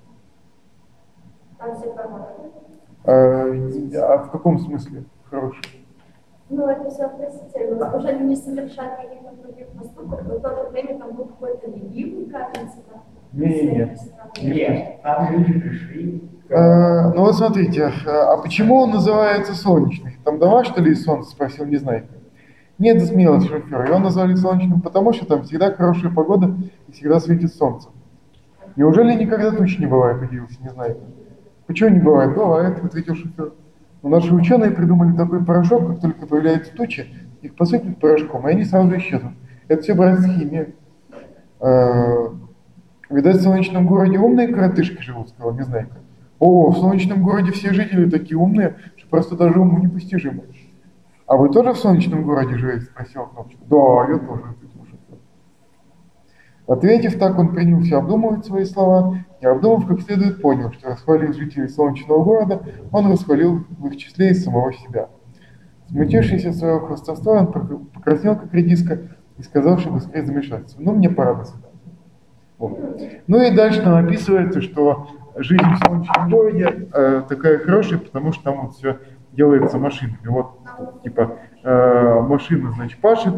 Там все хорошие. Э, а в каком смысле хорошо? Ну, это все относительно. Возможно, они не совершают каких-то других поступков, но в то же время там был какой-то религион, кажется. Не-не-не. Нет, там люди пришли. Э, ну вот смотрите, а почему он называется солнечный? Там дома, что ли, из солнца, спросил Незнайка. Нет, засмеялся шофер. Его назвали солнечным, потому что там всегда хорошая погода и всегда светит солнце. Неужели никогда тучи не бывает, удивился Незнайка. Почему не бывает? Бывает, ответил шофер. Но наши ученые придумали такой порошок, как только появляются тучи, их посыпят порошком, и они сразу исчезнут. Это все братья химия. Э, Видать, в солнечном городе умные коротышки живут, сказал Незнайка. О, в солнечном городе все жители такие умные, что просто даже уму непостижимо. А вы тоже в солнечном городе живете? Спросила Кнопочка. Да, я тоже, ответил шофер. Ответив так, он принялся обдумывать свои слова, и обдумав как следует, понял, что расхвалив жителей солнечного города, он расхвалил в их числе и самого себя. Смутившись от своего хвастовства, он покраснел как редиска и сказал, что быстрее замешательство. Ну, мне пора до свидания. Вот. Ну и дальше там описывается, что жизнь в солнечном городе э, такая хорошая, потому что там вот все делается машинами. Вот, типа, э, машина, значит, пашет.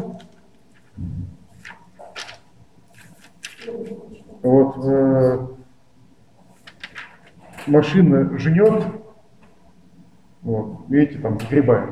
Вот, э, машина жнет. Вот, видите, там загребает.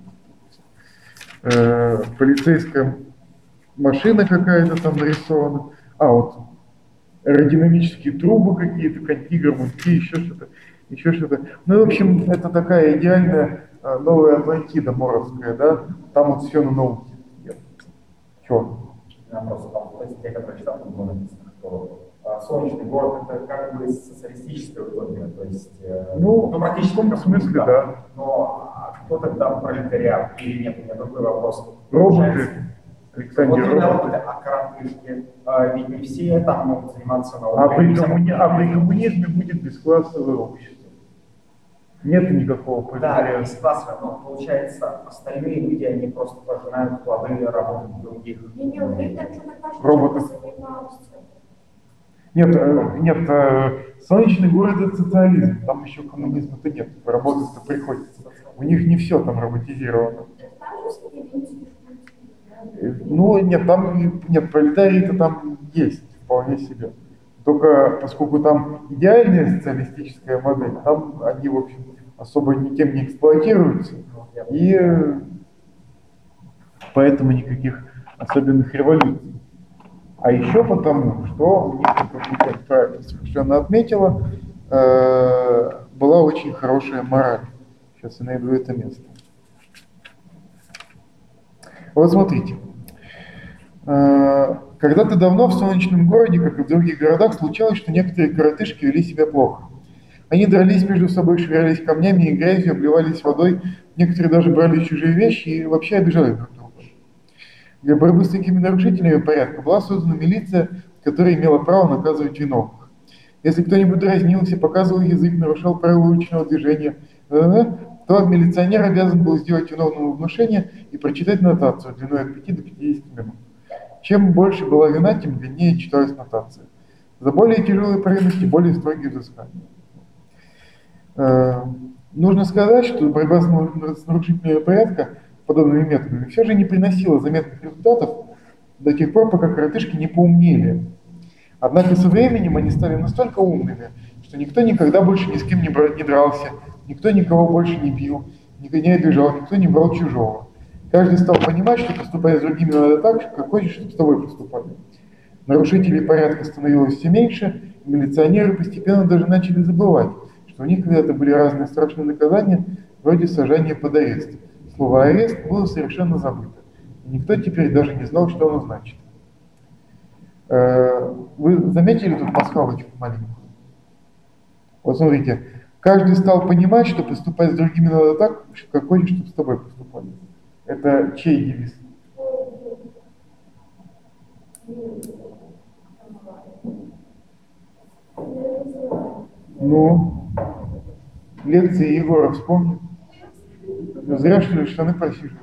Э, полицейская машина какая-то там нарисована. А, вот аэродинамические трубы какие-то, коньки, громунки, еще что-то, еще что-то. Ну и, в общем, это такая идеальная а, новая Атлантида моровская, да? Там вот все на науке. Чего? Я просто там, в статье, которую читал, там было написано, что а, солнечный город — это как бы социалистическая утопия, то есть, э, Ну, ну, практически в том как смысле, будто. да. Но а кто тогда пролетариат или нет? У меня другой вопрос. Роботы, Александр, Вот именно роботы. роботы, а коротышки, а, ведь не все там могут заниматься А наукой. при, не все коммуни... могут. а при коммунизме будет бесклассовое общество. Нет никакого Да, пролетариата. есть классовое, но получается, остальные люди, они просто пожинают плоды работы других. Не, не, у них там что-то кажется, Роботы. что занимался. Нет, э, нет, э, солнечный город — это социализм, там еще коммунизма-то нет, работать-то приходится. У них не все там роботизировано. Это там же студенческий Э, Ну, нет, там, нет, пролетарии-то там есть, вполне себе. Только поскольку там идеальная социалистическая модель, там они, в общем, особо никем не эксплуатируются, и э, поэтому никаких особенных революций. А еще потому, что у них, как Николь правильно совершенно отметила, э, была очень хорошая мораль. Сейчас я найду это место. Вот смотрите. Э, Когда-то давно в солнечном городе, как и в других городах, случалось, что некоторые коротышки вели себя плохо. Они дрались между собой, швырялись камнями и грязью, обливались водой, некоторые даже брали чужие вещи и вообще обижали друг друга. Для борьбы с такими нарушителями порядка была создана милиция, которая имела право наказывать виновных. Если кто-нибудь дразнился, показывал язык, нарушал правила уличного движения, то милиционер обязан был сделать виновному внушение и прочитать нотацию длиной от пяти до пятидесяти минут. Чем больше была вина, тем длиннее читалась нотация. За более тяжелые провинности более строгие взыскания. Э, нужно сказать, что борьба с нарушителями порядка подобными методами все же не приносила заметных результатов до тех пор, пока коротышки не поумнели. Однако со временем они стали настолько умными, что никто никогда больше ни с кем не, бра- не дрался, никто никого больше не бил, никто не обижал, никто не брал чужого. Каждый стал понимать, что поступая с другими надо так, как хочешь, чтобы с тобой поступали. Нарушителей порядка становилось все меньше, и милиционеры постепенно даже начали забывать, что у них когда-то были разные страшные наказания, вроде сажания под арест. Слово «арест» было совершенно забыто, и никто теперь даже не знал, что оно значит. Вы заметили тут пасхалочку маленькую? Вот смотрите, каждый стал понимать, что поступать с другими надо так, как хочешь, чтобы с тобой поступали. Это чей девиз? Ну, лекции Егора вспомни. Зря, что ли, штаны просиживают.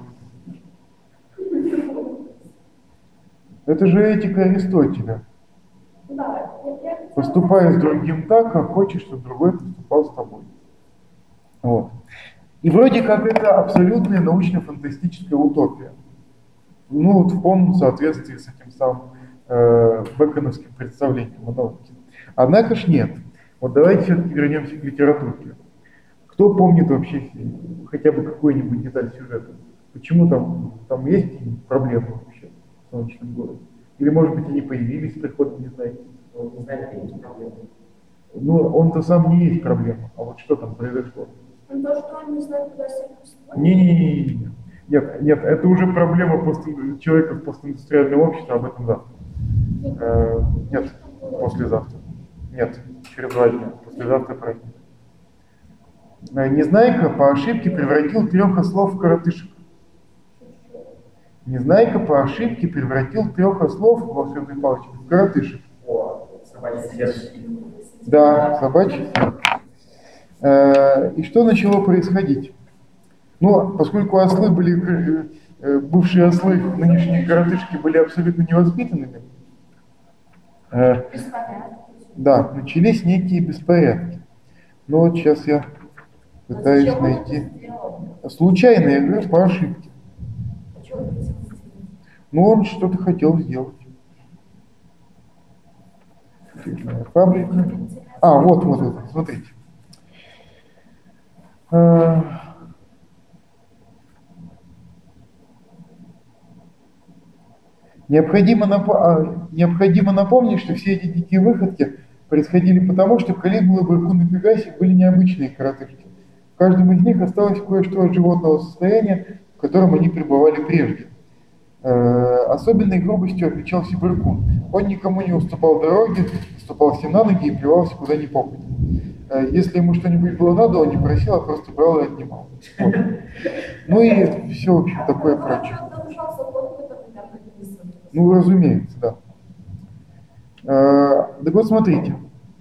Это же этика Аристотеля. Поступай с другим так, как хочешь, чтобы другой поступал с тобой. Вот. И вроде как это абсолютная научно-фантастическая утопия. Ну, вот в полном соответствии с этим самым э, бэконовским представлением о науке. Однако ж нет. Вот давайте все-таки вернемся к литературе. Кто помнит вообще хотя бы какую-нибудь деталь сюжета? Почему там, там есть проблемы вообще в солнечном городе? Или, может быть, они появились с приходом, не знаете? Ну, не знаете, какие проблемы. Ну, он-то сам не есть проблема. А вот что там произошло? Ну, то, что он не знает, куда себя поступать. Не-не-не. Нет, нет, это уже проблема пост... человека в постиндустриальном обществе, об этом завтра. Э, нет, послезавтра. Нет, через два дня. Послезавтра праздник. Незнайка по ошибке превратил трех ослов в коротышек. Незнайка по ошибке превратил трех ослов волшебной палочкой в коротышек. О, собачье сердце. Да, собачье. Э, и что начало происходить? Ну, поскольку ослы были, э, бывшие ослы, нынешние коротышки были абсолютно невоспитанными, э, да, начались некие беспорядки. Ну вот сейчас я пытаюсь найти. Случайно, я говорю, по ошибке. Ну, он что-то хотел сделать. Фабрика. А, вот, вот, вот, смотрите. Необходимо, нап... Необходимо напомнить, что все эти дикие выходки происходили потому, что Калигула, Баркун и Пегасик были необычные коротышки. В каждом из них осталось кое-что от животного состояния, в котором они пребывали прежде. Особенной грубостью отличался Баркун. Он никому не уступал дороги, уступал всем на ноги и плевался куда ни попадя. Если ему что-нибудь было надо, он не просил, а просто брал и отнимал. Вот. Ну и все, в общем, такое прочее. Ну, разумеется, да. Так вот, смотрите.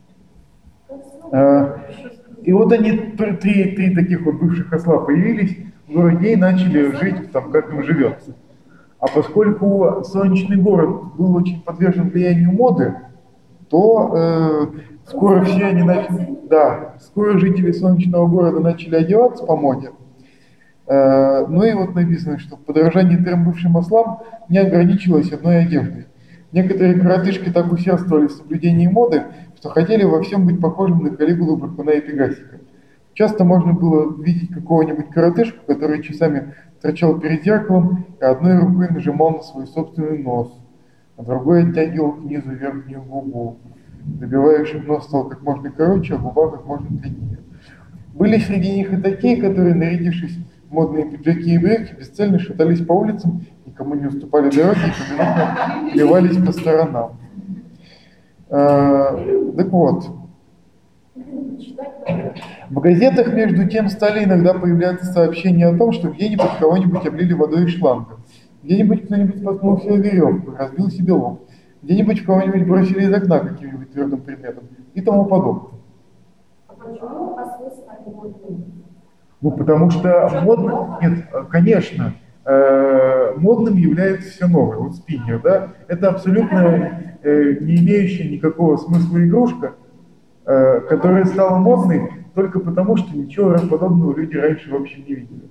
И вот они, три, три таких вот бывших осла появились в городе и начали жить там, как им живется. А поскольку солнечный город был очень подвержен влиянию моды, то э, скоро все они начали, да, скоро жители солнечного города начали одеваться по моде. Э, ну и вот написано, что подражание трем бывшим ослам не ограничилось одной одеждой. Некоторые коротышки так усердствовали в соблюдении моды, что хотели во всем быть похожим на Калигулу, Баркуна и Пегасика. Часто можно было видеть какого-нибудь коротышку, который часами торчал перед зеркалом и одной рукой нажимал на свой собственный нос, а другой оттягивал к низу верхнюю губу, добиваясь, чтобы нос стал как можно короче, а губа как можно длиннее. Были среди них и такие, которые, нарядившись в модные пиджаки и брюки, бесцельно шатались по улицам, никому не уступали дороги и поминутно плевались по сторонам. А, так вот, Читать надо. В газетах, между тем, стали иногда появляться сообщения о том, что где-нибудь кого-нибудь облили водой из шланга, где-нибудь кто-нибудь споткнулся о веревку, разбил себе лоб, где-нибудь кого-нибудь бросили из окна каким-нибудь твердым предметом и тому подобное. А почему ослы стали модными? Ну, потому что модно... Нет, конечно, э, модным является все новое. Вот спиннер, да, это абсолютно э, не имеющая никакого смысла игрушка, э, которая стала модной только потому, что ничего подобного люди раньше вообще не видели.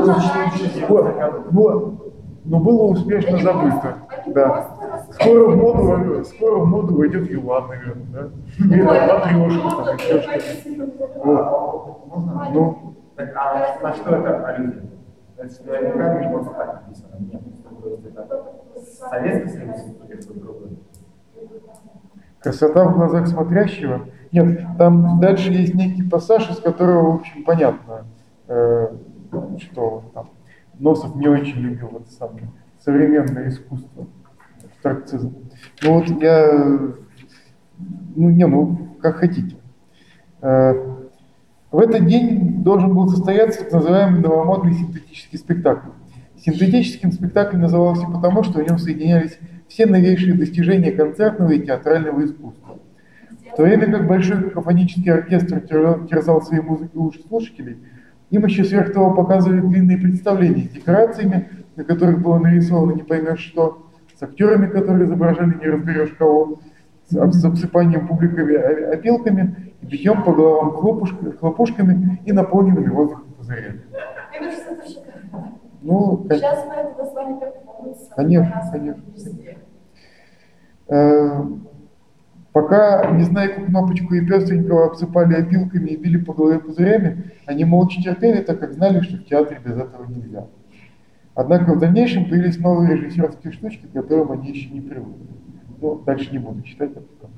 Но, но было успешно забыто. Да. Скоро в моду, скоро в моду войдет Юлан, наверное, да? Или матрешка, там, еще что-то. Вот. Ну, Так, а на что это аллюзия? Это же наверняка не просто так написано. Нет, то есть это Советский Союз или что-то другое? красота в глазах смотрящего. Нет, там дальше есть некий пассаж, из которого, в общем, понятно, э, что там Носов не очень любил это самое современное искусство, абстракцизм. Ну вот я, ну не, ну как хотите. Э, в этот день должен был состояться так называемый новомодный синтетический спектакль. Синтетическим спектакль назывался потому, что в нем соединялись все новейшие достижения концертного и театрального искусства. В то время как большой какофонический оркестр терзал своей музыкой уши слушателей, им еще сверх того показывали длинные представления с декорациями, на которых было нарисовано не поймешь что, с актерами, которые изображали не разберешь кого, с обсыпанием публиками опилками и битьем по головам хлопушками и наполненными воздухом пузырями. Мне кажется, это шикарно. Ну, Сейчас мы это назвали как бонус. Конечно, конечно. Э, пока Незнайку, Кнопочку и Пестренького обсыпали опилками и били по голове пузырями, они молча терпели, так как знали, что в театре без этого нельзя. Однако в дальнейшем появились новые режиссерские штучки, к которым они еще не привыкли. Ну, дальше не буду читать.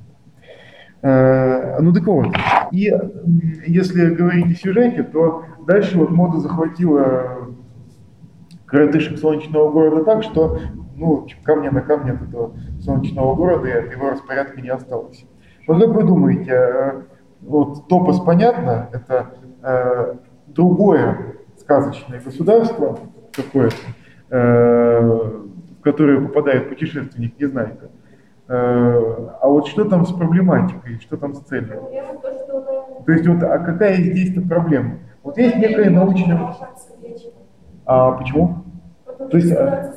Э, ну так вот, и если говорить о сюжете, то дальше вот мода захватила коротышек солнечного города так, что ну, камня на камне от этого солнечного города и от его распорядка не осталось. Вот как вы думаете, э, вот Топос, понятно, это э, другое сказочное государство какое-то, э, в которое попадает путешественник Незнайка. Э, а вот что там с проблематикой, что там с целью? То есть вот, а какая здесь-то проблема? Вот есть некая научная... А почему? То есть... А...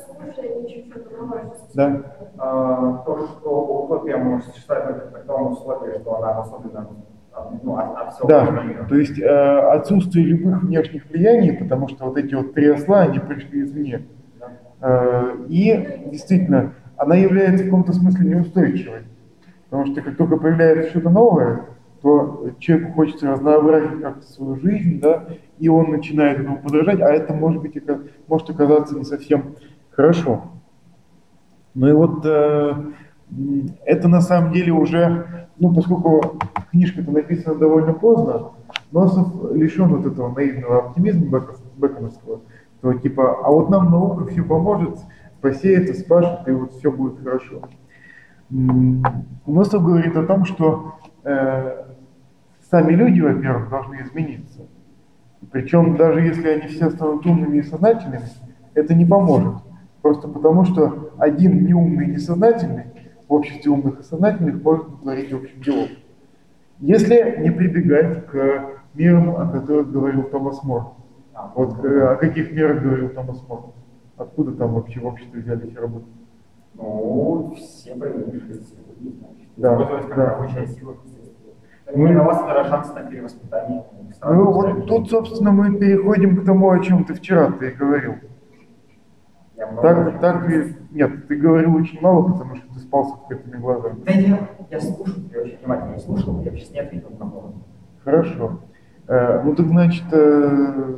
Да. А, то, что утопия может существовать при том условии, что она особенно ну, от, от всего да, мира. То есть э, отсутствие любых внешних влияний, потому что вот эти вот три осла, они пришли извне. Да. Э, и действительно, она является в каком-то смысле неустойчивой. Потому что как только появляется что-то новое, то человеку хочется разнообразить как-то свою жизнь, да, и он начинает этому подражать, а это может быть может оказаться не совсем хорошо. Ну и вот э, это на самом деле уже, ну поскольку книжка-то написана довольно поздно, Носов лишен вот этого наивного оптимизма бэконовского, то типа, а вот нам наука все поможет, посеется, спашет, и вот все будет хорошо. Носов говорит о том, что э, сами люди, во-первых, должны измениться. Причем даже если они все станут умными и сознательными, это не поможет. Просто потому, что один неумный и несознательный в обществе умных и сознательных может натворить общим делом. Если не прибегать к мерам, о которых говорил Томас Мор. Вот о каких мерах говорил Томас Мор? Откуда там вообще в обществе взялись работы? Ну, все проявившиеся, да, использовать как да. рабочая сила. Ну и на вас шанс на перевоспитание. Ну вот тут, собственно, мы переходим к тому, о чем ты вчера ты говорил. Так, так и... Нет, ты говорил очень мало, потому что ты спал с открытыми глазами. Да я, я слушал, я очень внимательно слушал, я сейчас не ответил на вопрос. Хорошо. Э, ну так значит, э,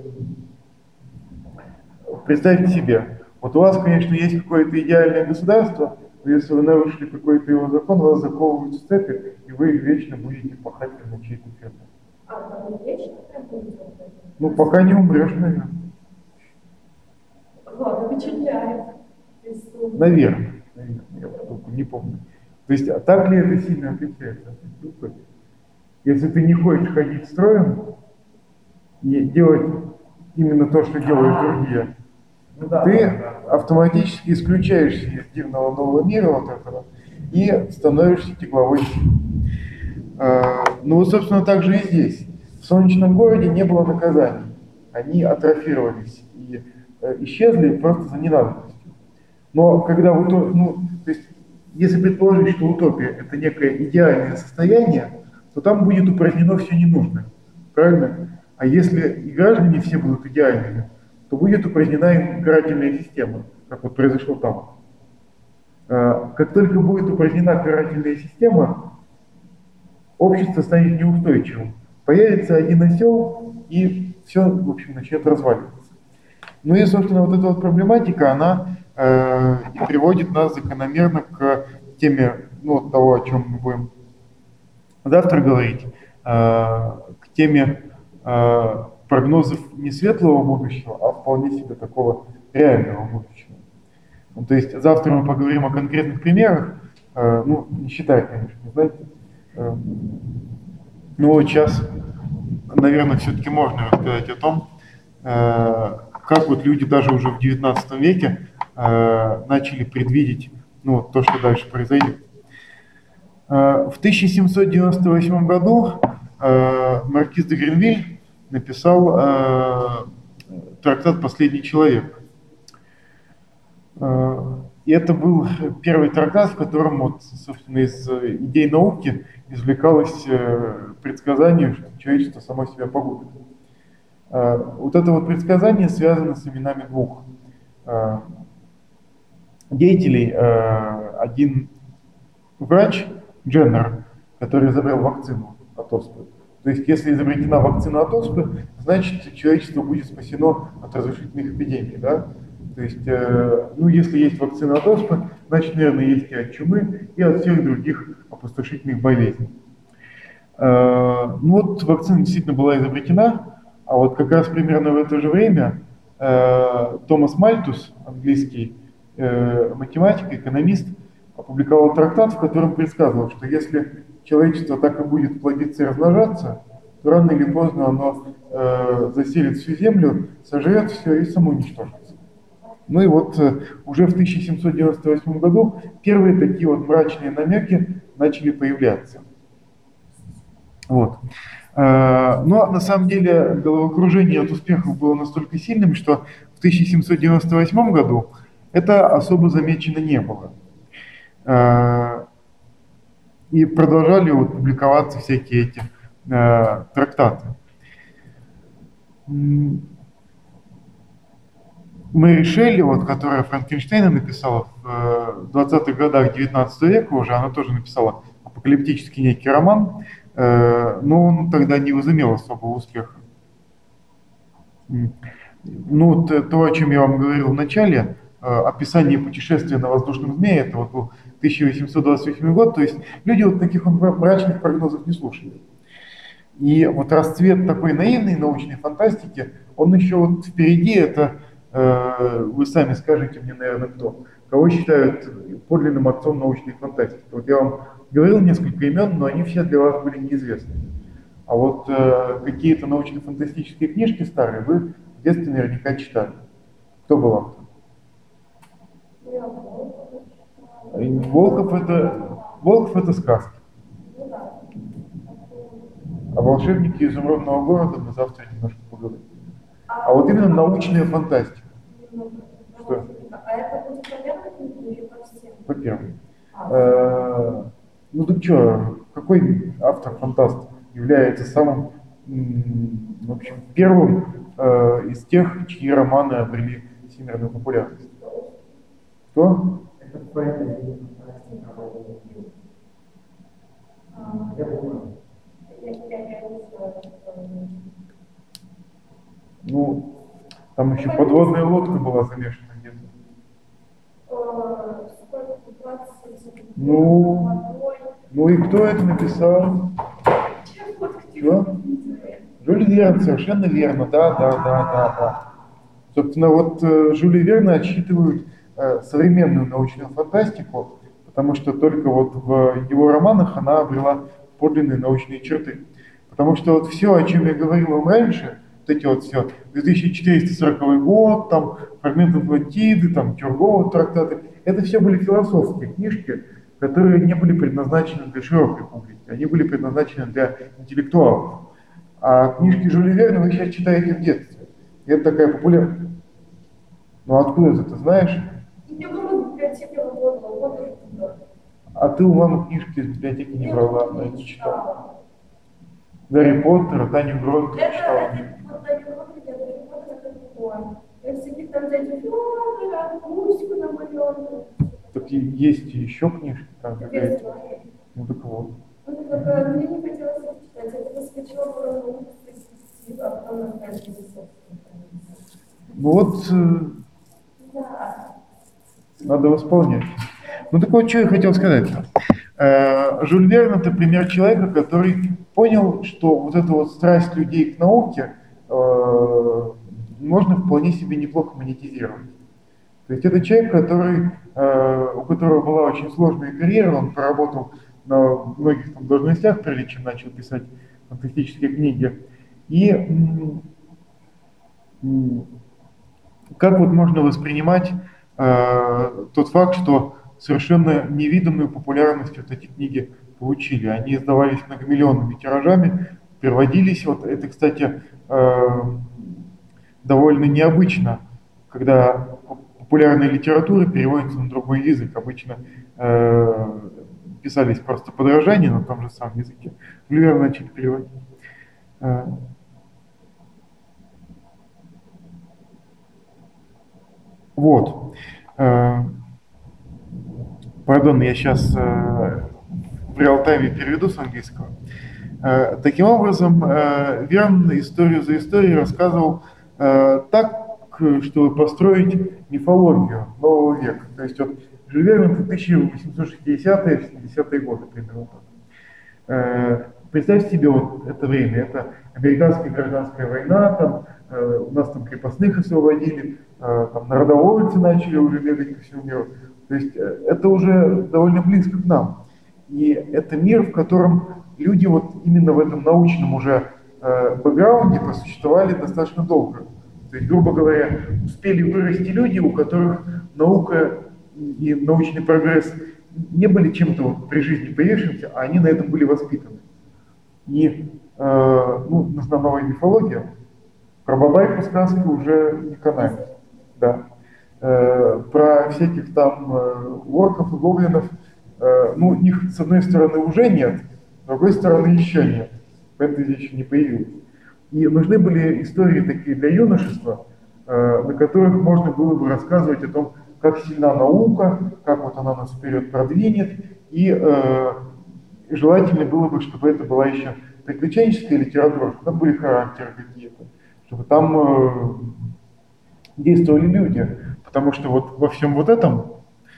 представьте себе, вот у вас, конечно, есть какое-то идеальное государство, но если вы нарушили какой-то его закон, вас заковывают в цепи, и вы вечно будете пахать на чьей-то ферме. А там вечно будет? Ну, пока не умрешь, наверное. Ладно, вычисляет. Наверное, наверное, я только не помню. То есть, а так ли это сильно отличается? Если ты не хочешь ходить строем и делать именно то, что делают другие, Ну да, ты да, да. автоматически исключаешься из дивного нового мира вот этого и становишься главой. Ну вот, собственно, так же и здесь. В солнечном городе не было наказаний. Они атрофировались и э, исчезли просто за ненадобностью. Но когда в утопии, ну, то есть, если предположить, что утопия – это некое идеальное состояние, то там будет упразднено все ненужное. Правильно? А если и граждане все будут идеальными, то будет упразднена им карательная система, как вот произошло там. Э, как только будет упразднена карательная система, общество станет неустойчивым. Появится один осел, и все, в общем, начнет разваливаться. Ну и, собственно, вот эта вот проблематика, она э, и приводит нас закономерно к теме, ну, вот того, о чем мы будем завтра говорить, э, к теме э, прогнозов не светлого будущего, а вполне себе такого реального будущего. Ну, то есть завтра мы поговорим о конкретных примерах, э, ну, не считая, конечно, знаете, э, ну вот сейчас, наверное, все-таки можно рассказать о том, э, как вот люди даже уже в девятнадцатом веке э, начали предвидеть, ну, вот то, что дальше произойдет. Э, в тысяча семьсот девяносто восьмом году э, маркиз де Гренвиль написал э, трактат «Последний человек». Э, и это был первый трактат, в котором, вот, собственно, из идей науки извлекалось э, предсказание, что человечество само себя погубит. Э, вот это вот предсказание связано с именами двух э, деятелей. Э, один врач, Дженнер, который изобрел вакцину от оспы. То есть, если изобретена вакцина от оспы, значит, человечество будет спасено от разрушительных эпидемий, да? То есть, э, ну, если есть вакцина от оспы, значит, наверное, есть и от чумы, и от всех других опустошительных болезней. Э, ну вот, вакцина действительно была изобретена, а вот как раз примерно в это же время э, Томас Мальтус, английский э, математик, экономист, опубликовал трактат, в котором предсказывал, что если человечество так и будет плодиться и размножаться, то рано или поздно оно э, заселит всю землю, сожрет все и самоуничтожится. Ну и вот э, уже в тысяча семьсот девяносто восьмом году первые такие вот мрачные намеки начали появляться. Вот. Э, но на самом деле головокружение от успехов было настолько сильным, что в тысяча семьсот девяносто восьмом году это особо замечено не было. Э, и продолжали вот публиковаться всякие эти э, трактаты. Мэри Шелли, вот, которая Франкенштейна написала в двадцатых годах девятнадцатого века уже, она тоже написала апокалиптический некий роман, э, но он тогда не возымел особого успеха. Ну, то, о чем я вам говорил в начале, э, описание путешествия на воздушном змее, это вот был тысяча восемьсот двадцать восьмой год, то есть люди вот таких вот мрачных прогнозов не слушали. И вот расцвет такой наивной научной фантастики, он еще вот впереди, это вы сами скажите мне, наверное, кто, кого считают подлинным отцом научной фантастики. Вот я вам говорил несколько имен, но они все для вас были неизвестны. А вот э, какие-то научно-фантастические книжки старые вы в детстве наверняка читали. Кто был автор? Волков это, Волков это сказки. А волшебники изумрудного города мы завтра немножко поговорим. А вот именно научная фантастика. Что? А это будет по первому или по всем? По первому. Ну так что, какой автор-фантаст является самым, в общем, первым из тех, чьи романы обрели всемирную популярность? Кто? Это фэнтези, я помню. Ну, там еще подводная лодка была замешана где-то. Ну, ну и кто это написал? Что? Жюль Верн, совершенно верно, да, да, да, да, да. Собственно, вот э, Жюля Верна отсчитывают э, современную научную фантастику, потому что только вот в его романах она обрела подлинные научные черты. Потому что вот все, о чем я говорил вам раньше, вот эти вот все, две тысячи четыреста сороковой год, там, фрагмент Атлантиды, там, Тюргова трактаты, это все были философские книжки, которые не были предназначены для широкой публики, они были предназначены для интеллектуалов. А книжки Жюля Верна вы сейчас читаете в детстве. И это такая популярная. Ну откуда ты, ты знаешь? Я была в библиотеке работала, вот оттуда. А ты у мамы книжки из библиотеки не брала, она не читала. Гарри Поттера, Таню Гронку Это, читала. это, вот Таню Гронку, я Гарри Поттера это такое. Я всяких там дядю Фёдора, Мусику намалённую. Так и есть еще книжки там. Я какая-то. знаю. Ну так вот. Ну, только мне не хотелось их читать. Я сначала была на улице, а потом на каждый язык. Ну вот э, Да. надо восполнять. Ну так вот, что я хотел сказать. Э, Жюль Верн — это пример человека, который понял, что вот эта вот страсть людей к науке э, можно вполне себе неплохо монетизировать. То есть это человек, который, э, у которого была очень сложная карьера, он поработал на многих там должностях, прежде чем начал писать фантастические книги. И м, м, как вот можно воспринимать э, тот факт, что совершенно невиданную популярность вот эти книги получили. Они издавались многомиллионными тиражами, переводились. Вот это, кстати, э, довольно необычно, когда популярная литература переводится на другой язык. Обычно э, писались просто подражания на том же самом языке. Жюль Верн начали переводить. Э, вот. Э, Пардон, я сейчас э, в реал-тайме переведу с английского. Э, таким образом, э, Верн историю за историей рассказывал э, так, чтобы построить мифологию нового века. То есть вот Жюль Верн — это тысяча восемьсот шестидесятые — семидесятые годы примерно. Э, представьте себе вот это время, это американская гражданская война, там, э, у нас там крепостных освободили, э, там народовольцы начали уже бегать по всему миру. То есть э, это уже довольно близко к нам. И это мир, в котором люди вот именно в этом научном уже э, бэкграунде просуществовали достаточно долго. То есть, грубо говоря, успели вырасти люди, у которых наука и научный прогресс не были чем-то вот при жизни появившимся, а они на этом были воспитаны. И э, ну, нужна новая мифология. Про бабайку сказки уже не канает. Да. Э, про всяких там э, орков и гоблинов, э, ну, их с одной стороны уже нет, с другой стороны еще нет. Фэнтези еще не появилось. И нужны были истории такие для юношества, э, на которых можно было бы рассказывать о том, как сильна наука, как вот она нас вперед продвинет, и э, желательно было бы, чтобы это была еще приключенческая литература, чтобы там были характеры какие-то, чтобы там э, действовали люди, потому что вот во всем вот этом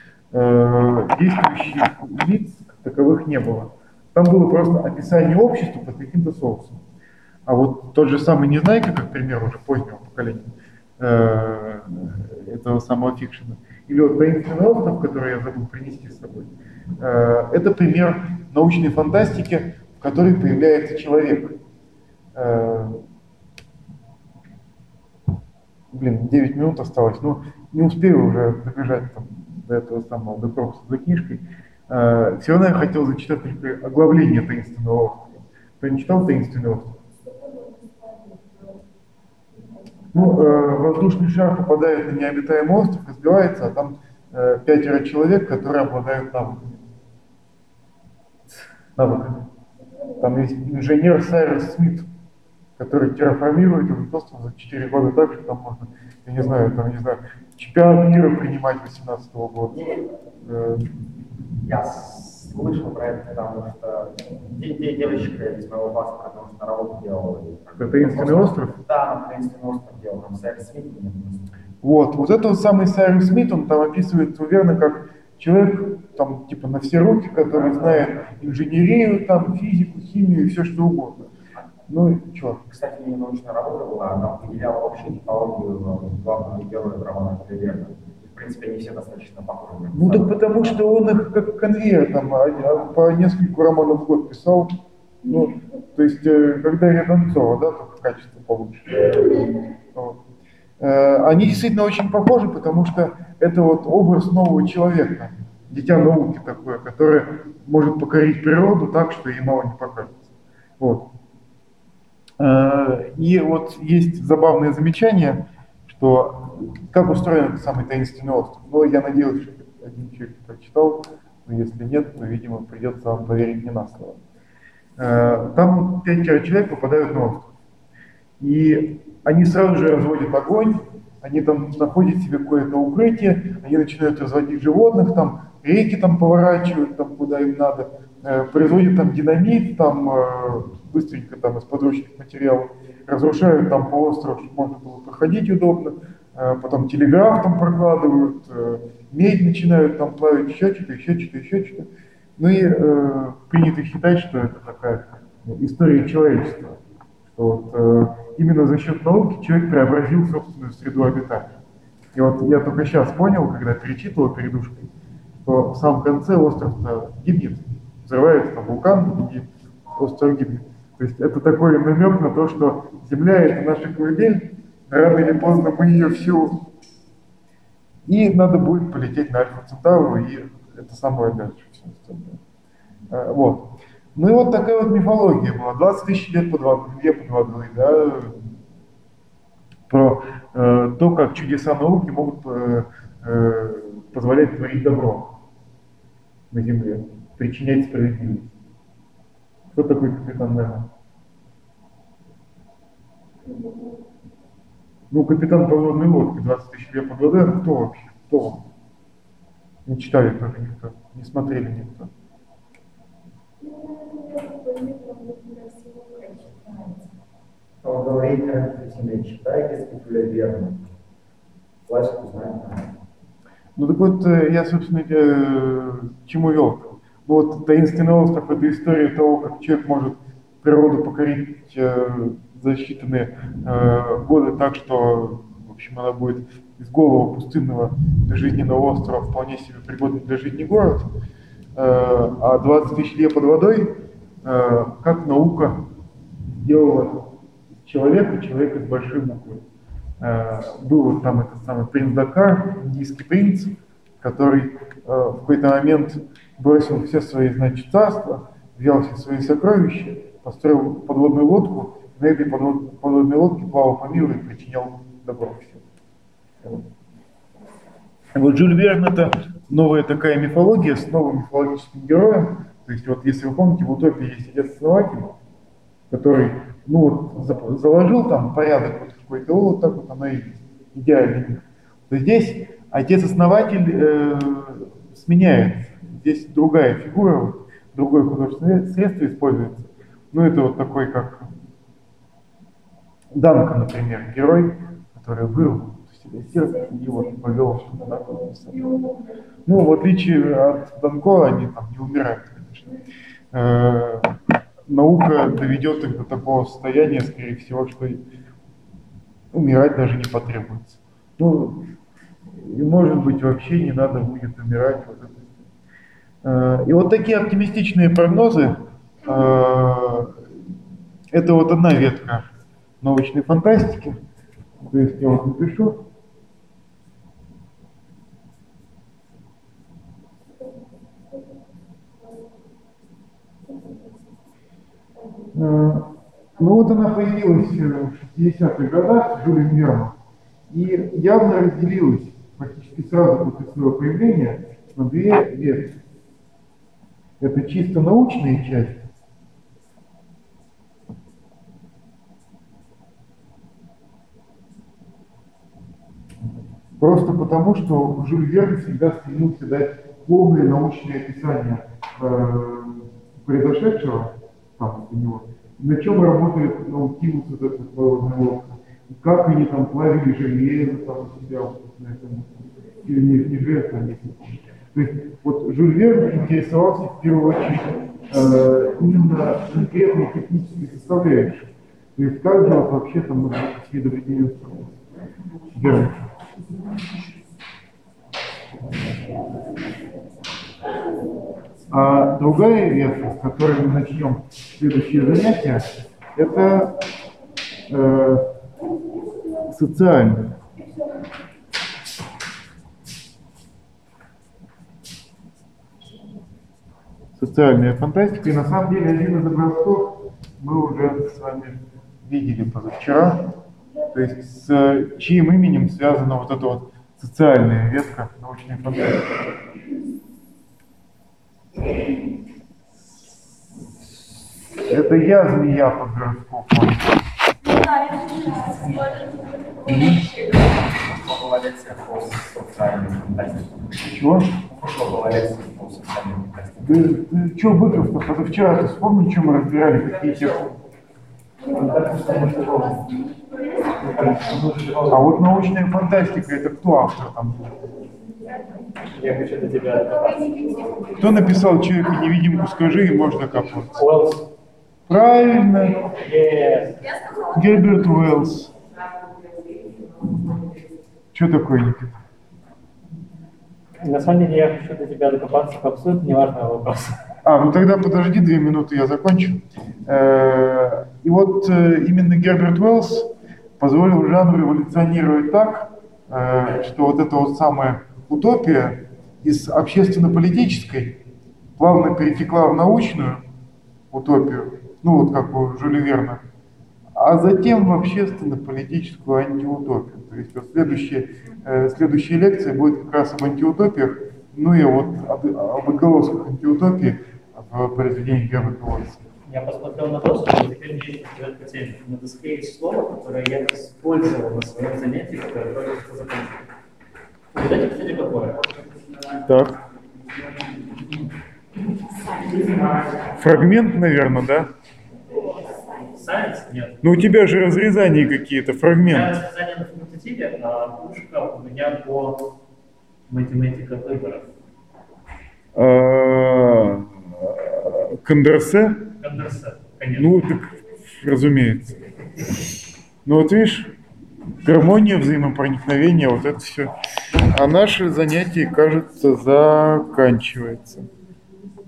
э, действующих лиц таковых не было. Там было просто описание общества под каким-то соусом. А вот тот же самый «Незнайка», как пример уже позднего поколения, э, этого самого фикшена, или вот «Таинственный остров», который я забыл принести с собой, э, это пример научной фантастики, в которой появляется человек. Э, блин, девять минут осталось, но не успею уже добежать там, до этого самого допроса за книжкой. Э, все равно я хотел зачитать только оглавление «Таинственного острова». Кто не читал «Таинственный остров»? Ну, э, воздушный шар попадает на необитаемый остров, разбивается, а там э, пятеро человек, которые обладают навыками. Навыками. Там есть инженер Сайрус Смит, который терраформирует этот остров за четыре года так, что там можно, я не знаю, там, не знаю, чемпионат мира принимать восемнадцатого года. Э, Я слышал про это, потому что де- де- девочка из моего класса, потому что на работу делала. Это «Таинственный остров»? Да, она «Таинственный остров» делала, там Сайрус Смит. Вот, вот это вот самый Сайрус Смит, он там описывается уверенно как человек, там, типа, на все руки, который знает инженерию, там, физику, химию и все что угодно. Ну, и чё? Кстати, у нее научная работа была, она выделяла общую типологию главного героя романа Жюля Верна. В принципе, они все достаточно похожи. Ну так потому что он их как конвейер, там, а- а по нескольку романов в год писал. Ну, то есть, э, когда я Донцова, да, только качество получше. Вот. Э, Они действительно очень похожи, потому что это вот образ нового человека, дитя науки такое, которое может покорить природу так, что ей мало не покажется. Вот. Э, И вот есть забавное замечание, что как устроен этот самый таинственный остров. Ну, я надеюсь, что один человек прочитал, но если нет, то, видимо, придется вам поверить не на слово. Э, Там вот пятеро человек попадают на остров. И они сразу же разводят огонь, они там находят себе какое-то укрытие, они начинают разводить животных, там реки там поворачивают, там куда им надо, э, производят там динамит, там э, быстренько там из подручных материалов разрушают там полуостров, чтобы можно было проходить удобно, э, потом телеграф там прокладывают, э, медь начинают там плавить, еще что-то, еще что-то, еще что-то. Ну и э, принято считать, что это такая история человечества. Вот, э, именно за счет науки человек преобразил собственную среду обитания. И вот я только сейчас понял, когда перечитывал перед ушкой, что в самом конце остров-то гибнет, взрывается там вулкан, и остров гибнет. То есть это такой намек на то, что Земля — это наша колыбель, рано или поздно мы ее всю... И надо будет полететь на Альфа Центавру, и это самое дальше все остальное. Э, Вот. Ну и вот такая вот мифология была. двадцать тысяч лет под водой, под водой, да, про э, то, как чудеса науки могут э, э, позволять творить добро на Земле, причинять справедливость. Кто такой капитан Немо? Ну, капитан подводной лодки, двадцать тысяч лет под водой, ну кто вообще? Кто он? Не читали тоже никто, не смотрели никто. Он говорит, как себе читайте, спекуля верно. Классику знаем. Ну так вот, э, я, собственно, э, к чему вел. Ну вот таинственный остров — это история того, как человек может природу покорить э, за считанные э, годы так, что, в общем, она будет из голого пустынного безжизненного острова вполне себе пригодный для жизни город, э, а двадцать тысяч лет под водой, э, как наука сделала человека, человека с большой буквы. Э, Был вот там этот самый принц Дакар, индийский принц, который э, в какой-то момент бросил все свои, значит, царства, взял все свои сокровища, построил подводную лодку, на этой подвод- подводной лодке плавал по миру и причинял добро всем. Вот Жюль Верн — это новая такая мифология с новым мифологическим героем. То есть вот если вы помните, в «Утопии» есть отец-основатель, который, ну вот, за- заложил там порядок вот какой-то, вот так вот оно и есть, идеальный мир. То здесь отец-основатель э, сменяется. Здесь другая фигура, вот, другое художественное средство используется. Ну это вот такой, как Данка, например, герой, который вырвал из себя сердце и вот повел все на собой. Ну, в отличие от Данко, они там не умирают, конечно. Э, Наука доведет их до такого состояния, скорее всего, что и умирать даже не потребуется. Ну, и может быть вообще не надо будет умирать. Вот это. Э, И вот такие оптимистичные прогнозы, э, это вот одна ветка научной фантастики. То есть я вот напишу. Э, Ну вот она появилась в шестидесятых годах с Жюлем Верном и явно разделилась практически сразу после своего появления на две ветки. Это чисто научная часть. Просто потому, что Жюль Верн всегда стремился дать полное научное описание э, произошедшего там у него, на чем работает Наутилус, вот эта подводная лодка, и как они там плавили железо там у себя вот, на этом, или не, не железо, а не. То есть вот Жюль Верн интересовался в первую очередь э, именно конкретной технической составляющей. То есть как же вот вообще там можно исследовать ее сторону. А другая ветка, с которой мы начнем следующее занятие, это э, социальная. Социальная фантастика. И на самом деле один из образцов мы уже с вами видели позавчера. То есть с чьим именем связана вот эта вот социальная ветка научной фантастики. Это я змея под гороскопом. Была лекция по социальной фантастике. Чего? Была лекция по социальной фантастике. Ты, ты что, Быков-то позавчера, ты вспомни, что мы разбирали, какие техники? А вот научная фантастика, это кто автор там? Я хочу до тебя докопаться. Кто написал «Человека-невидимку», скажи, и можно копнуть. Уэллс. Правильно, Yes. Герберт Уэллс. Что такое, Никита? На самом деле я хочу до тебя докопаться по абсолютно неважного вопроса. А, ну тогда подожди две минуты, я закончу. Э, И вот э, именно Герберт Уэллс позволил жанру эволюционировать так, э, что вот эта вот самая утопия из общественно-политической плавно перетекла в научную утопию, ну вот как у Жюля Верна, а затем в общественно-политическую антиутопию. То есть вот следующая, э, следующая лекция будет как раз об антиутопиях, ну и вот об, об отголосках антиутопии в произведении Герберта Уэллса. Я посмотрел на доску, и теперь мне есть по теме. На доске есть слово, которое я использовал на своем занятии, которое только что закончил. Видите, кстати, какое? Так. Фрагмент, наверное, да? Science? Нет. Ну у тебя же разрезания какие-то, Я фрагменты. расписание на факультативе, а кружка у меня по математике выборов. А, Кондорсе? Кондорсет, конечно. Ну, так, разумеется. Ну вот видишь, гармония, взаимопроникновение, вот это все. А наше занятие, кажется, заканчивается.